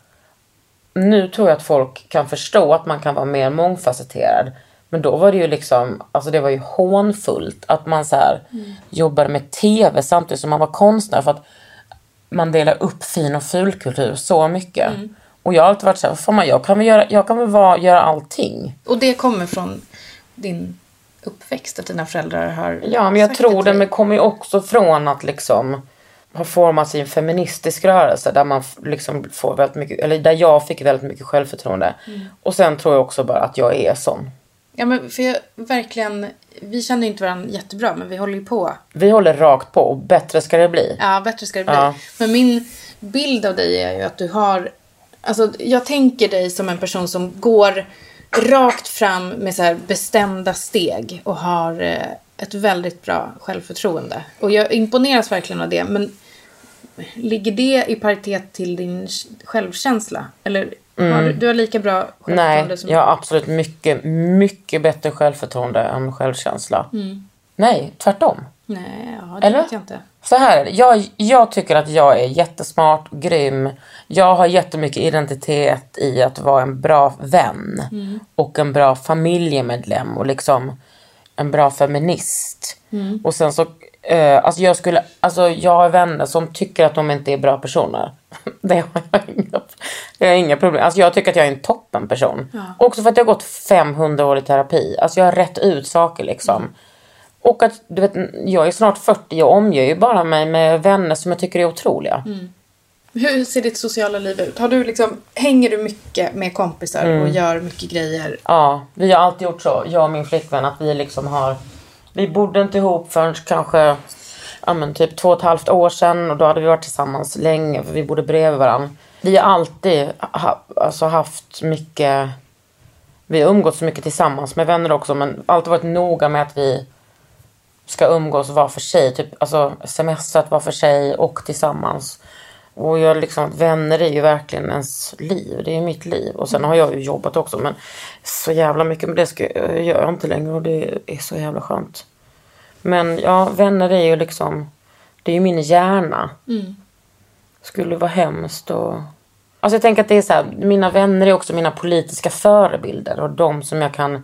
nu tror jag att folk kan förstå att man kan vara mer mångfacetterad. Men då var det ju liksom, alltså det var ju hånfullt att man så här mm. jobbade med tv samtidigt som man var konstnär för att man delar upp fin och fulkultur så mycket. Mm. Och jag har alltid varit så här, fan man, jag kan väl göra, jag kan väl vara, göra allting. Och det kommer från din uppväxt att dina föräldrar har ja, men jag tror det, men kommer ju också från att liksom har formats i en feministisk rörelse där man liksom får väldigt mycket, eller där jag fick väldigt mycket självförtroende. Mm. Och sen tror jag också bara att jag är sån. Ja, men för jag verkligen, vi känner ju inte varandra jättebra, men vi håller ju på. Vi håller rakt på och bättre ska det bli. Ja, bättre ska det bli. Ja. Men min bild av dig är ju att du har, alltså jag tänker dig som en person som går rakt fram med så här bestämda steg och har eh, ett väldigt bra självförtroende. Och jag imponeras verkligen av det, men ligger det i paritet till din självkänsla? Eller mm. har du, du har lika bra självförtroende? Nej, som jag har absolut mycket, mycket bättre självförtroende än självkänsla. Mm. Nej, tvärtom. Nej, ja, det Eller? vet jag inte. Så här är det. Jag, jag tycker att jag är jättesmart, grym. Jag har jättemycket identitet i att vara en bra vän. Mm. Och en bra familjemedlem. Och liksom en bra feminist. Mm. Och sen så... Eh, alltså jag skulle... Alltså jag har vänner som tycker att de inte är bra personer. Det har jag inga, det har inga problem. Alltså jag tycker att jag är en toppen person. Ja. Också för att jag har gått femhundra år i terapi. Alltså jag har rätt ut saker liksom. Mm. Och att, du vet, jag är snart fyrtio, jag omger ju bara mig med vänner som jag tycker är otroliga. Mm. Hur ser ditt sociala liv ut? Har du liksom, hänger du mycket med kompisar mm. och gör mycket grejer? Ja, vi har alltid gjort så, jag och min flickvän, att vi liksom har, vi bodde inte ihop förrän kanske, ja men typ två och ett halvt år sedan, och då hade vi varit tillsammans länge, för vi bodde bredvid varandra. Vi har alltid ha, alltså haft mycket, vi har umgått så mycket tillsammans med vänner också, men alltid varit noga med att vi ska umgås var för sig, typ, alltså semestrat var för sig och tillsammans. Och jag liksom, vänner är ju verkligen ens liv, det är mitt liv. Och sen har jag ju jobbat också, men så jävla mycket, men det ska jag gör inte längre, och det är så jävla skönt. Men ja, vänner är ju liksom, det är ju min hjärna. Mm. Skulle vara hemskt och... Alltså jag tänker att det är så här, mina vänner är också mina politiska förebilder, och de som jag kan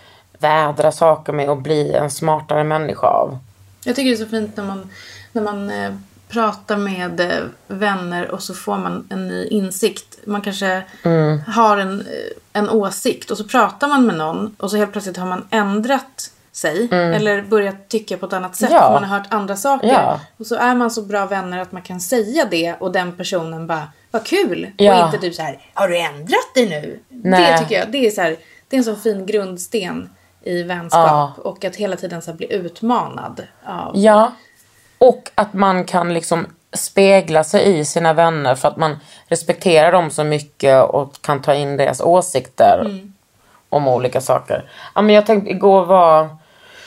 vädra saker med och bli en smartare människa av. Jag tycker det är så fint när man, när man eh, pratar med eh, vänner och så får man en ny insikt. Man kanske mm. har en, en åsikt och så pratar man med någon och så helt plötsligt har man ändrat sig mm. eller börjat tycka på ett annat sätt. Ja. Man har hört andra saker. Ja. Och så är man så bra vänner att man kan säga det och den personen bara, vad kul. Ja. Och inte typ så här, har du ändrat dig nu? Nej. Det tycker jag, det är så här, det är en så fin grundsten i vänskap. Ja. Och att hela tiden så bli utmanad av... Ja, och att man kan liksom spegla sig i sina vänner för att man respekterar dem så mycket och kan ta in deras åsikter mm. om olika saker. Ja, men jag tänkte igår var...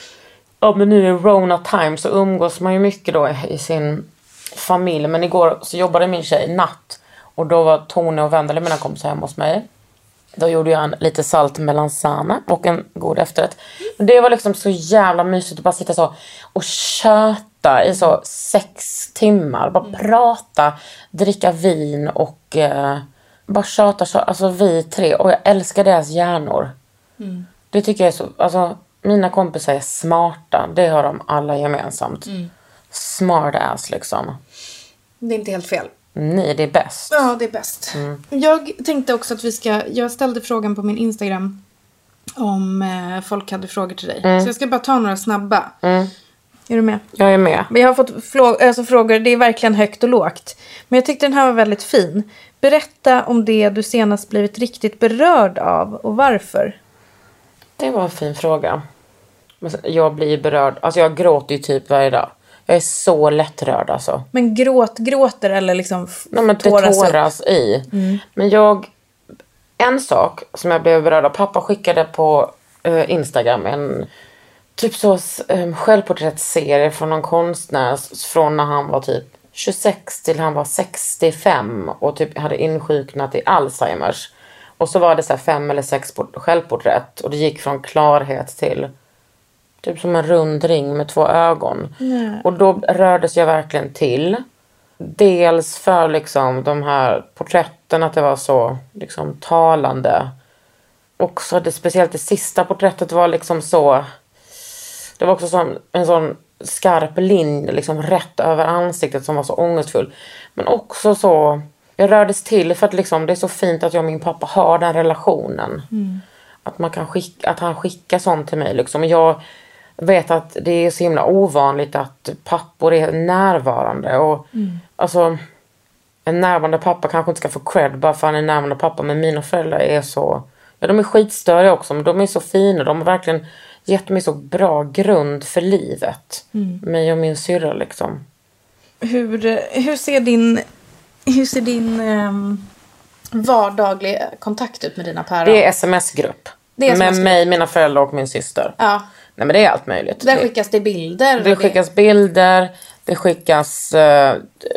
Ja, men nu är Rona time, så umgås man ju mycket då i sin familj. Men igår så jobbade min tjej natt, och då var Tony och Wendel, mina kompisar, hemma hos mig. Då gjorde jag en lite salt melanzana och en god efterrätt. Det var liksom så jävla mysigt att bara sitta så och köta i så sex timmar. Bara mm. prata, dricka vin och eh, bara köta, köta. Alltså vi tre. Och jag älskar deras hjärnor. Mm. Det tycker jag är så... Alltså, mina kompisar är smarta. Det har de alla gemensamt. Mm. Smart ass liksom. Det är inte helt fel. Nej, det är bäst. Ja, det är bäst. Mm. Jag tänkte också att vi ska... Jag ställde frågan på min Instagram om eh, folk hade frågor till dig. Mm. Så jag ska bara ta några snabba. Mm. Är du med? Jag är med. Men jag har fått flå- alltså, frågor, det är verkligen högt och lågt. Men jag tyckte den här var väldigt fin. Berätta om det du senast blivit riktigt berörd av och varför. Det var en fin fråga. Jag blir berörd. Alltså jag gråter ju typ varje dag. Jag är så lättrörd alltså. Men gråt, gråter eller liksom Nej, men tåras, tåras i. Mm. Men jag... En sak som jag blev berörd av. Pappa skickade på uh, Instagram en typ så um, självporträttserie från någon konstnär. Från när han var typ tjugosex till han var sextiofem. Och typ hade insjuknat i Alzheimers. Och så var det så här fem eller sex självporträtt. Och det gick från klarhet till... Typ som en rund ring med två ögon. Nej. Och då rördes jag verkligen till. Dels för liksom de här porträtten, att det var så liksom talande. Och så det, speciellt det sista porträttet var liksom så... Det var också som en sån skarp linje liksom rätt över ansiktet som var så ångestfull. Men också så... Jag rördes till för att liksom, det är så fint att jag och min pappa har den relationen. Mm. Att, man kan skicka, att han skickar sånt till mig liksom. Och jag... Jag vet att det är så himla ovanligt att pappor är närvarande. Och mm. alltså, en närvarande pappa kanske inte ska få cred bara för att han är närvarande pappa. Men mina föräldrar är så... Ja, de är skitstöriga också, men de är så fina. De har verkligen gett mig så bra grund för livet. Mm. Mig och min syrra liksom. Hur, hur ser din, hur ser din um, vardagliga kontakt ut med dina päron? Det är sms-grupp. Det är sms-grupp. Med mig, mina föräldrar och min syster. Ja. Nej, men det är allt möjligt. Där skickas det bilder. Det skickas det... bilder. Det skickas... Uh,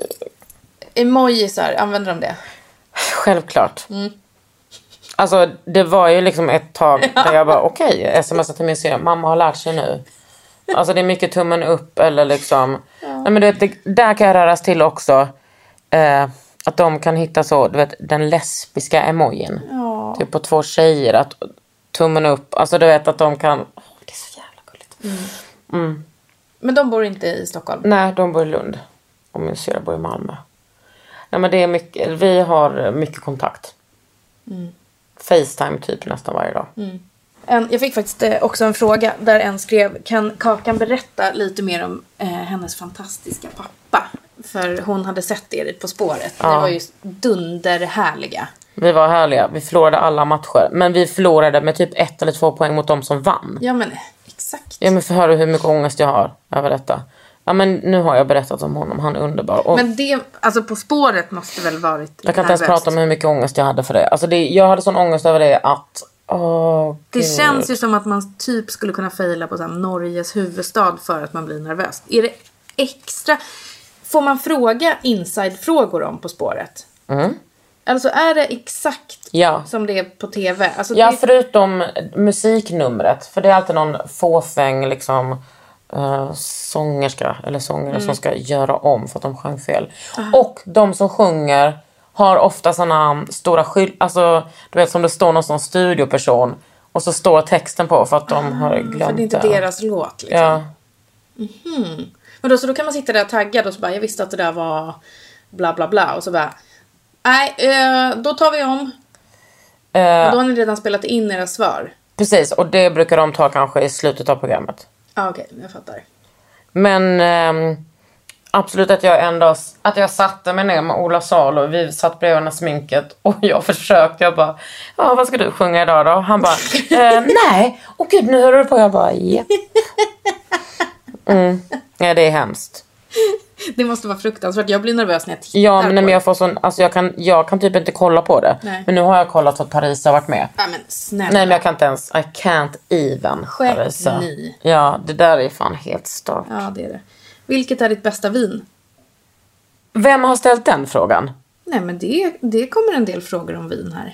emojisar, använder de det? Självklart. Mm. Alltså, det var ju liksom ett tag där jag bara, okej, okay, smsar till min syster. Mamma har lärt sig nu. Alltså, det är mycket tummen upp eller liksom... Ja. Nej, men du vet, det, där kan jag röras till också. Eh, att de kan hitta så, du vet, den lesbiska emojin. Ja. Typ på två tjejer, att tummen upp. Alltså, du vet att de kan... Oh, det är så jävla gulligt. Mm. Mm. Men de bor inte i Stockholm? Nej, de bor i Lund. Och min syster bor i Malmö. Nej, men det är mycket... Vi har mycket kontakt. Mm. FaceTime typ nästan varje dag. Mm. En, jag fick faktiskt eh, också en fråga där en skrev, kan Kakan berätta lite mer om eh, hennes fantastiska pappa? För hon hade sett er På spåret. Ja. Det var ju dunderhärliga. Vi var härliga. Vi förlorade alla matcher. Men vi förlorade med typ ett eller två poäng mot dem som vann. Ja, men exakt. Ja, men för höra hur mycket ångest jag har över detta. Ja, men nu har jag berättat om honom. Han är underbar. Och men det, alltså På spåret måste väl varit jag kan inte ens prata om hur mycket ångest jag hade för det. Alltså det, jag hade sån ångest över det att... Oh, det Gud. Känns ju som att man typ skulle kunna fejla på så här, Norges huvudstad för att man blir nervös. Är det extra... Får man fråga inside-frågor om På spåret? Mm. Alltså är det exakt ja. Som det är på tv? Alltså, ja, det... förutom musiknumret. För det är alltid någon fåfäng liksom... Uh, sångerska eller sångare mm. som ska göra om för att de sjöng fel. Uh. Och de som sjunger har ofta såna stora skyld, alltså du vet som det står någon sån studioperson och så står texten på för att de uh, har glömt det. För det är inte det. Deras låt liksom. Ja. Mhm. Men då så då kan man sitta där taggad och så bara jag visste att det där var bla bla bla och så bara nej, uh, då tar vi om. Uh, och då har ni redan spelat in era svar. Precis, och det brukar de ta kanske i slutet av programmet. Ja, ah, okej, okay, jag fattar. Men eh, absolut att jag ändå att jag satte mig ner med Ola Sal och vi satt bredvid henne sminket och jag försökte, jag bara, ja, vad ska du sjunga idag då? Han bara, eh, nej, åh gud, nu hör du på. Jag bara, ja. Mm. Ja, det är hemskt. Det måste vara fruktansvärt. Jag blir nervös när jag tittar ja, men på när jag får sån, alltså jag kan, jag kan typ inte kolla på det. Nej. Men nu har jag kollat att Paris har varit med. Ja, men snälla. Nej, men jag kan inte ens, I can't even. Geni. Ja, det där är fan helt stört. Ja, det är det. Vilket är ditt bästa vin? Vem har ställt den frågan? Nej, men det, det kommer en del frågor om vin här.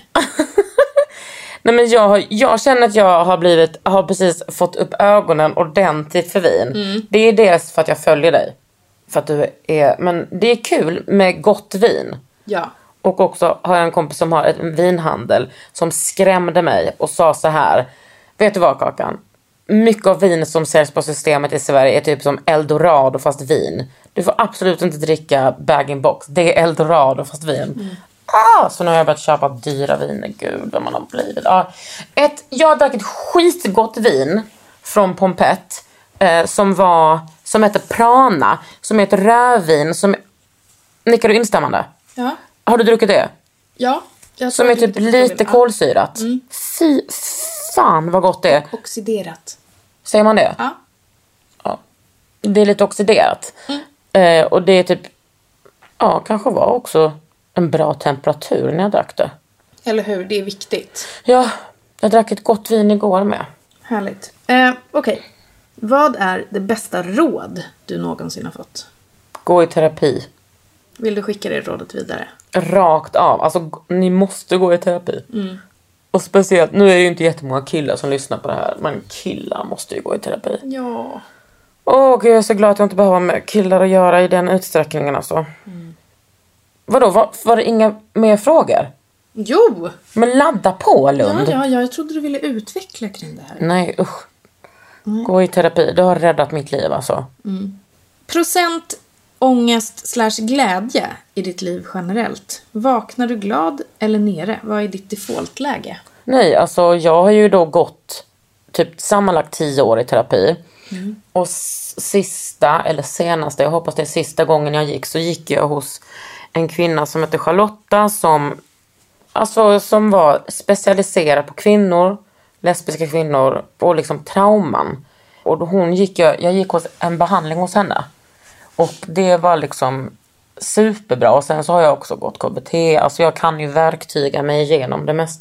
Nej, men jag, jag känner att jag har blivit, har precis fått upp ögonen ordentligt för vin. Mm. Det är dels för att jag följer dig. För att du är, men det är kul med gott vin. Ja. Och också har jag en kompis som har ett vinhandel som skrämde mig och sa så här: vet du vad, Kakan? Mycket av vin som säljs på systemet i Sverige är typ som Eldorado fast vin. Du får absolut inte dricka bag-in-box. Det är Eldorado fast vin. Mm. Ah, så nu har jag börjat köpa dyra viner. Gud vad man har blivit. Ah. Ett, jag har drack ett skitgott vin från Pompett eh, som var som heter Prana, som är ett rödvin som... Nickar du instämmande? Ja. Har du druckit det? Ja. Som är typ lite kolsyrat. Mm. Fy fan vad gott det är. Oxiderat. Säger man det? Ja. Ja. Det är lite oxiderat. Mm. Eh, och det är typ... Ja, kanske var också en bra temperatur när jag drack det. Eller hur? Det är viktigt. Ja, jag drack ett gott vin igår med. Härligt. Eh, Okej. Okay. Vad är det bästa råd du någonsin har fått? Gå i terapi. Vill du skicka det rådet vidare? Rakt av. Alltså, ni måste gå i terapi. Mm. Och speciellt, nu är det ju inte jättemånga killar som lyssnar på det här. Men killar måste ju gå i terapi. Ja. Åh, gud, jag är så glad att jag inte behöver med killar att göra i den utsträckningen alltså. Mm. Vadå, var, var det inga mer frågor? Jo! Men ladda på, Lund. Ja, ja, ja, jag trodde du ville utveckla kring det här. Nej, usch. Mm. Gå i terapi, du har räddat mitt liv alltså. Mm. Procent ångest slash glädje i ditt liv generellt. Vaknar du glad eller nere? Vad är ditt defaultläge? Nej, alltså jag har ju då gått typ sammanlagt tio år i terapi. Mm. Och s- sista, eller senaste, jag hoppas det är sista gången jag gick, så gick jag hos en kvinna som heter Charlotta som, alltså, som var specialiserad på kvinnor, lesbiska kvinnor och liksom trauman. Och hon gick, jag, jag gick hos en behandling hos henne. Och det var liksom superbra. Och sen så har jag också gått K B T. Alltså jag kan ju verktyga mig igenom det mesta.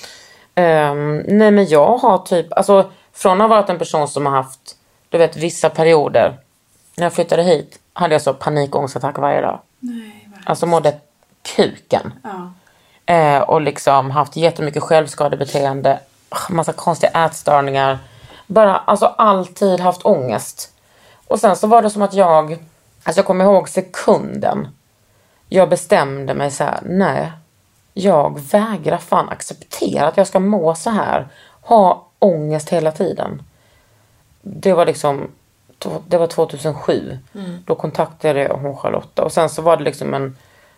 Um, nej men jag har typ, alltså från att ha varit en person som har haft, du vet, vissa perioder. När jag flyttade hit hade jag så panikångestattack varje dag. Nej, verkligen. Alltså mådde kuken. Ja. Eh, och liksom haft jättemycket självskadebeteende. Massa konstiga ätstörningar. Bara, alltså alltid haft ångest. Och sen så var det som att jag, alltså jag kommer ihåg sekunden. Jag bestämde mig så här: nej. Jag vägrar fan acceptera att jag ska må så här. Ha ångest hela tiden. Det var liksom, det var tjugohundrasju. Mm. Då kontaktade jag hon Charlotta. Och sen så var det liksom en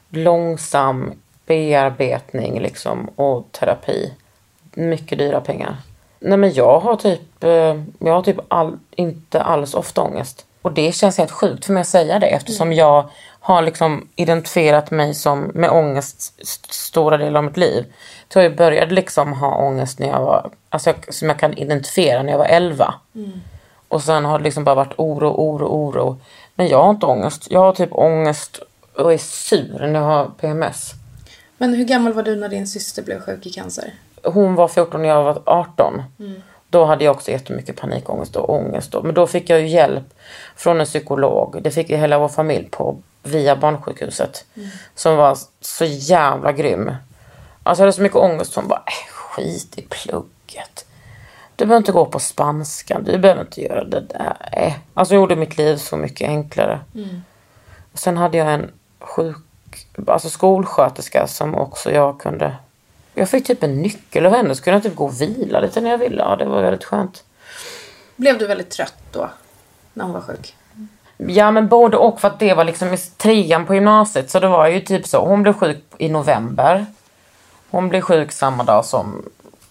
långsam bearbetning liksom, och terapi. Mycket dyra pengar. Nej men jag har typ, jag har typ all, inte alls ofta ångest. Och det känns helt sjukt för mig att säga det. Eftersom mm. jag har liksom identifierat mig som med ångest st- stora delar av mitt liv. Så jag började liksom ha ångest när jag var, alltså jag, som jag kan identifiera när jag var elva. Mm. Och sen har det liksom bara varit oro, oro, oro. Men jag har inte ångest. Jag har typ ångest och är sur när jag har P M S. Men hur gammal var du när din syster blev sjuk i cancer? Hon var fjorton och jag var arton. Mm. Då hade jag också jättemycket panikångest och ångest. Då. Men då fick jag ju hjälp från en psykolog. Det fick ju hela vår familj på via barnsjukhuset. Mm. Som var så jävla grym. Alltså jag hade så mycket ångest som bara, äh, skit i plugget. Du behöver inte gå på spanska. Du behöver inte göra det där. Äh. Alltså jag gjorde mitt liv så mycket enklare. Mm. Sen hade jag en sjuk, alltså skolsköterska som också jag kunde... Jag fick typ en nyckel av henne, så kunde jag typ gå och vila lite när jag ville. Ja, det var väldigt skönt. Blev du väldigt trött då, när hon var sjuk? Ja, men både och, för att det var liksom i trean på gymnasiet. Så det var ju typ så, hon blev sjuk i november. Hon blev sjuk samma dag som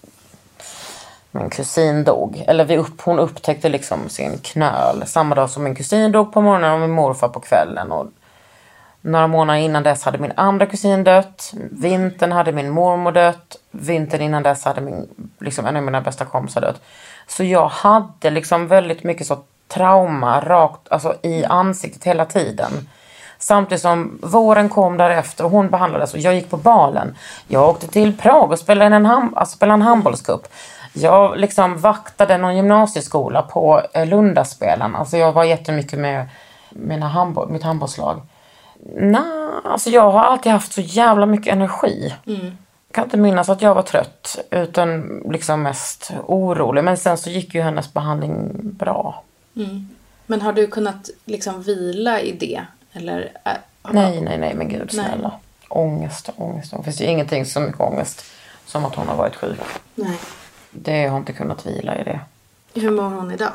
min kusin dog. Eller vi upp, hon upptäckte liksom sin knöl samma dag som min kusin dog på morgonen och min morfar på kvällen. Och några månader innan dess hade min andra kusin dött. Vintern hade min mormor dött. Vintern innan dess hade min, liksom, en av mina bästa kompisar dött. Så jag hade liksom väldigt mycket så trauma rakt, alltså, i ansiktet hela tiden. Samtidigt som våren kom därefter och hon behandlades och jag gick på balen. Jag åkte till Prag och spelade en, ham- alltså, spelade en handbollscup. Jag liksom vaktade någon gymnasieskola på Lundaspelen. Alltså jag var jättemycket med mina handboll, mitt handbollslag. Nej, alltså jag har alltid haft så jävla mycket energi. Mm. Jag kan inte minnas att jag var trött, utan liksom mest orolig. Men sen så gick ju hennes behandling bra. Mm. Men har du kunnat liksom vila i det? Eller, äh, nej, nej, nej, men gud snälla. Nej. Ångest, ångest. Det finns ju ingenting så mycket ångest som att hon har varit sjuk. Nej. Det har inte kunnat vila i det. Hur mår hon idag?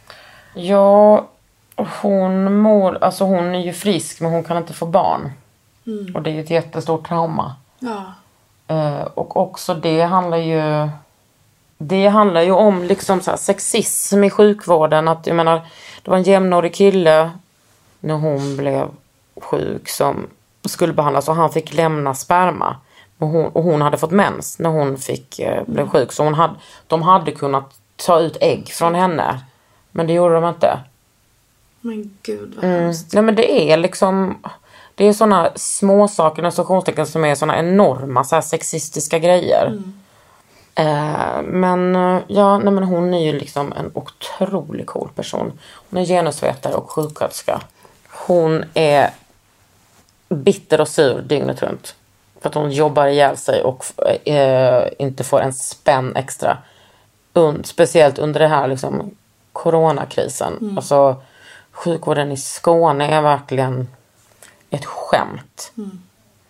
Ja... Hon mår, alltså hon är ju frisk, men hon kan inte få barn. Mm. Och det är ju ett jättestort trauma. Ja. Uh, och också det handlar ju det handlar ju om liksom så här sexism i sjukvården. Att jag menar, det var en jämnårig kille när hon blev sjuk som skulle behandlas och han fick lämna sperma. Och hon, och hon hade fått mens när hon fick uh, blev mm. sjuk. Så hon hade, de hade kunnat ta ut ägg från henne. Men det gjorde de inte. Men gud vad mm. hemskt. Nej, men det är liksom, det är såna små saker, stationstecken, som är såna enorma så här sexistiska grejer. Mm. Eh, men ja, nej, men hon är ju liksom en otroligt cool person. Hon är genusvetare och sjuksköterska. Hon är bitter och sur dygnet runt. För att hon jobbar ihjäl sig och eh, inte får en spänn extra. Und, speciellt under det här liksom coronakrisen. Mm. Alltså sjukvården i Skåne är verkligen ett skämt. Mm.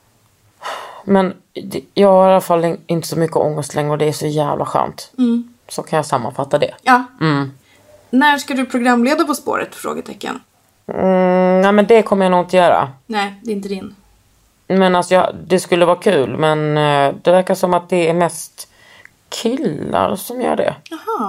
Men det, jag har i alla fall inte så mycket ångest längre och det är så jävla skönt. Mm. Så kan jag sammanfatta det. Ja. Mm. När ska du programleda På spåret? Frågetecken. Mm, nej, men det kommer jag nog inte göra. Nej, det är inte din. Men alltså, ja, det skulle vara kul. Men uh, det verkar som att det är mest killar som gör det. Jaha.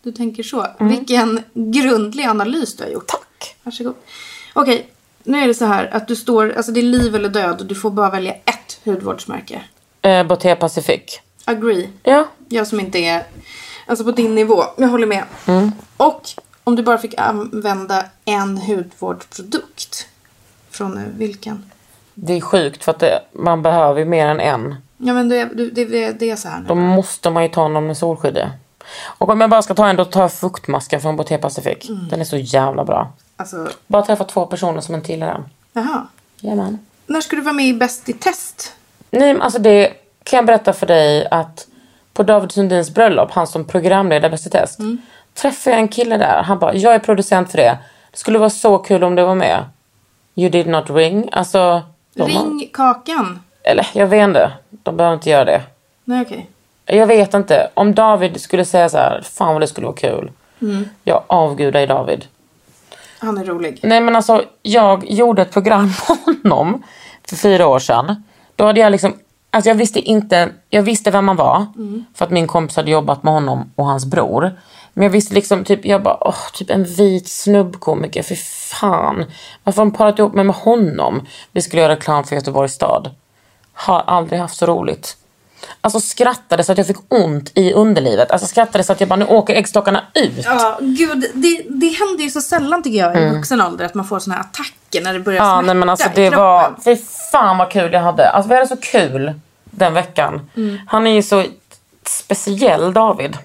du tänker så. Mm. Vilken grundlig analys du har gjort. Tack. Varsågod. Okej, nu är det så här att du står, alltså det är liv eller död och du får bara välja ett hudvårdsmärke. Eh, Botea Pacific. Agree. Ja. Jag som inte är, alltså på din nivå. Jag håller med. Mm. Och om du bara fick använda en hudvårdsprodukt. Från vilken? Det är sjukt för att det, man behöver ju mer än en. Ja, men det, det, det, det är så här nu. Då måste man ju ta någon med solskydd. Och om jag bara ska ta en, då tar jag fuktmasken från Botea Pacific. Mm. Den är så jävla bra. Alltså... Bara träffa två personer som en till den. Jaha. Jajamän. När ska du vara med i Bäst i test? Nej, men alltså det kan jag berätta för dig att på David Sundins bröllop, han som programledare Bäst i test, mm. träffade jag en kille där. Han bara, jag är producent för det. Det skulle vara så kul om du var med. You did not ring. Alltså... Ring har... Kakan. Eller, jag vet inte. De behöver inte göra det. Nej, okej. Okay. Jag vet inte. Om David skulle säga så här, fan vad det skulle vara kul. Mm. Jag avgudar i David. Han är rolig. Nej, men alltså, jag gjorde ett program på honom för fyra år sedan. Då hade jag liksom, alltså jag visste inte, jag visste vem man var. Mm. För att min kompis hade jobbat med honom och hans bror. Men jag visste liksom, typ, jag bara, åh, typ en vit snubbkomiker, för fan. Varför har de parat ihop mig med honom? Vi skulle göra reklam för Göteborgs stad. Har aldrig haft så roligt. Alltså skrattade så att jag fick ont i underlivet. Alltså skrattade så att jag bara, nu åker äggstockarna ut. Ja, gud, det, det händer ju så sällan tycker jag i mm. vuxen ålder att man får såna här attacker när det börjar ja, smärta nej, men alltså, i det kroppen. var, för fan vad kul jag hade. Alltså vi hade så kul den veckan. Mm. Han är ju så speciell, David.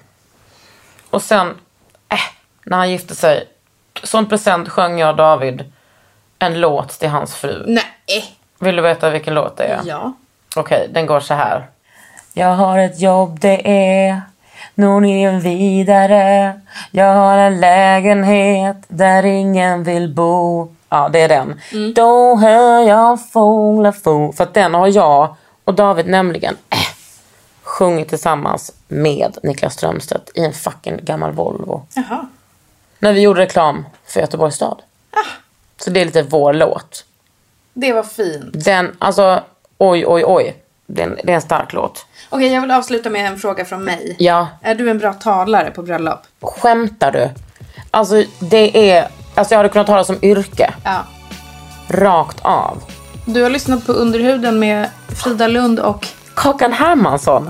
Och sen, äh, när han gifte sig, som present sjöng jag David en låt till hans fru. Nej. Vill du veta vilken låt det är? Ja. Okej, okay, den går så här. Jag har ett jobb, det är Nordligen vidare. Jag har en lägenhet där ingen vill bo. Ja, det är den. Mm. Då hör jag fåglar få. För att den har jag och David nämligen äh, sjungit tillsammans med Niklas Strömstedt i en fucking gammal Volvo. Jaha. När vi gjorde reklam för Göteborgs stad. Ah. Så det är lite vår låt. Det var fint. Den, alltså, oj, oj, oj. Det är en, det är en stark låt. Okej, jag vill avsluta med en fråga från mig. Ja. Är du en bra talare på bröllop? Skämtar du? Alltså, det är... Alltså, jag hade kunnat tala som yrke. Ja. Rakt av. Du har lyssnat på Underhuden med Frida Lund och... Kakan Hermansson.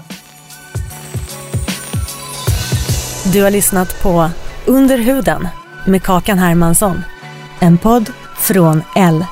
Du har lyssnat på Underhuden med Kakan Hermansson. En podd från L.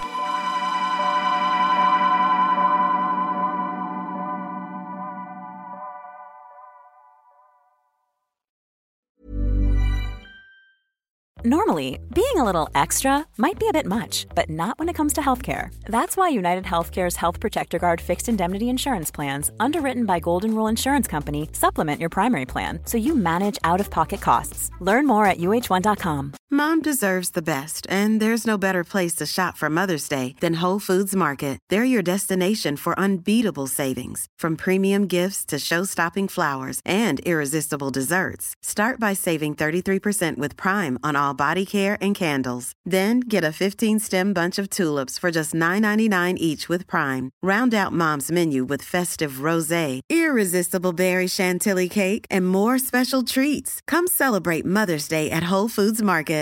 Normally, being a little extra might be a bit much, but not when it comes to healthcare. That's why United Healthcare's Health Protector Guard fixed indemnity insurance plans, underwritten by Golden Rule Insurance Company, supplement your primary plan so you manage out-of-pocket costs. Learn more at U H one dot com. Mom deserves the best, and there's no better place to shop for Mother's Day than Whole Foods Market. They're your destination for unbeatable savings, from premium gifts to show-stopping flowers and irresistible desserts. Start by saving thirty-three percent with Prime on all body care and candles. Then get a fifteen-stem bunch of tulips for just nine ninety-nine each with Prime. Round out Mom's menu with festive rosé, irresistible berry chantilly cake, and more special treats. Come celebrate Mother's Day at Whole Foods Market.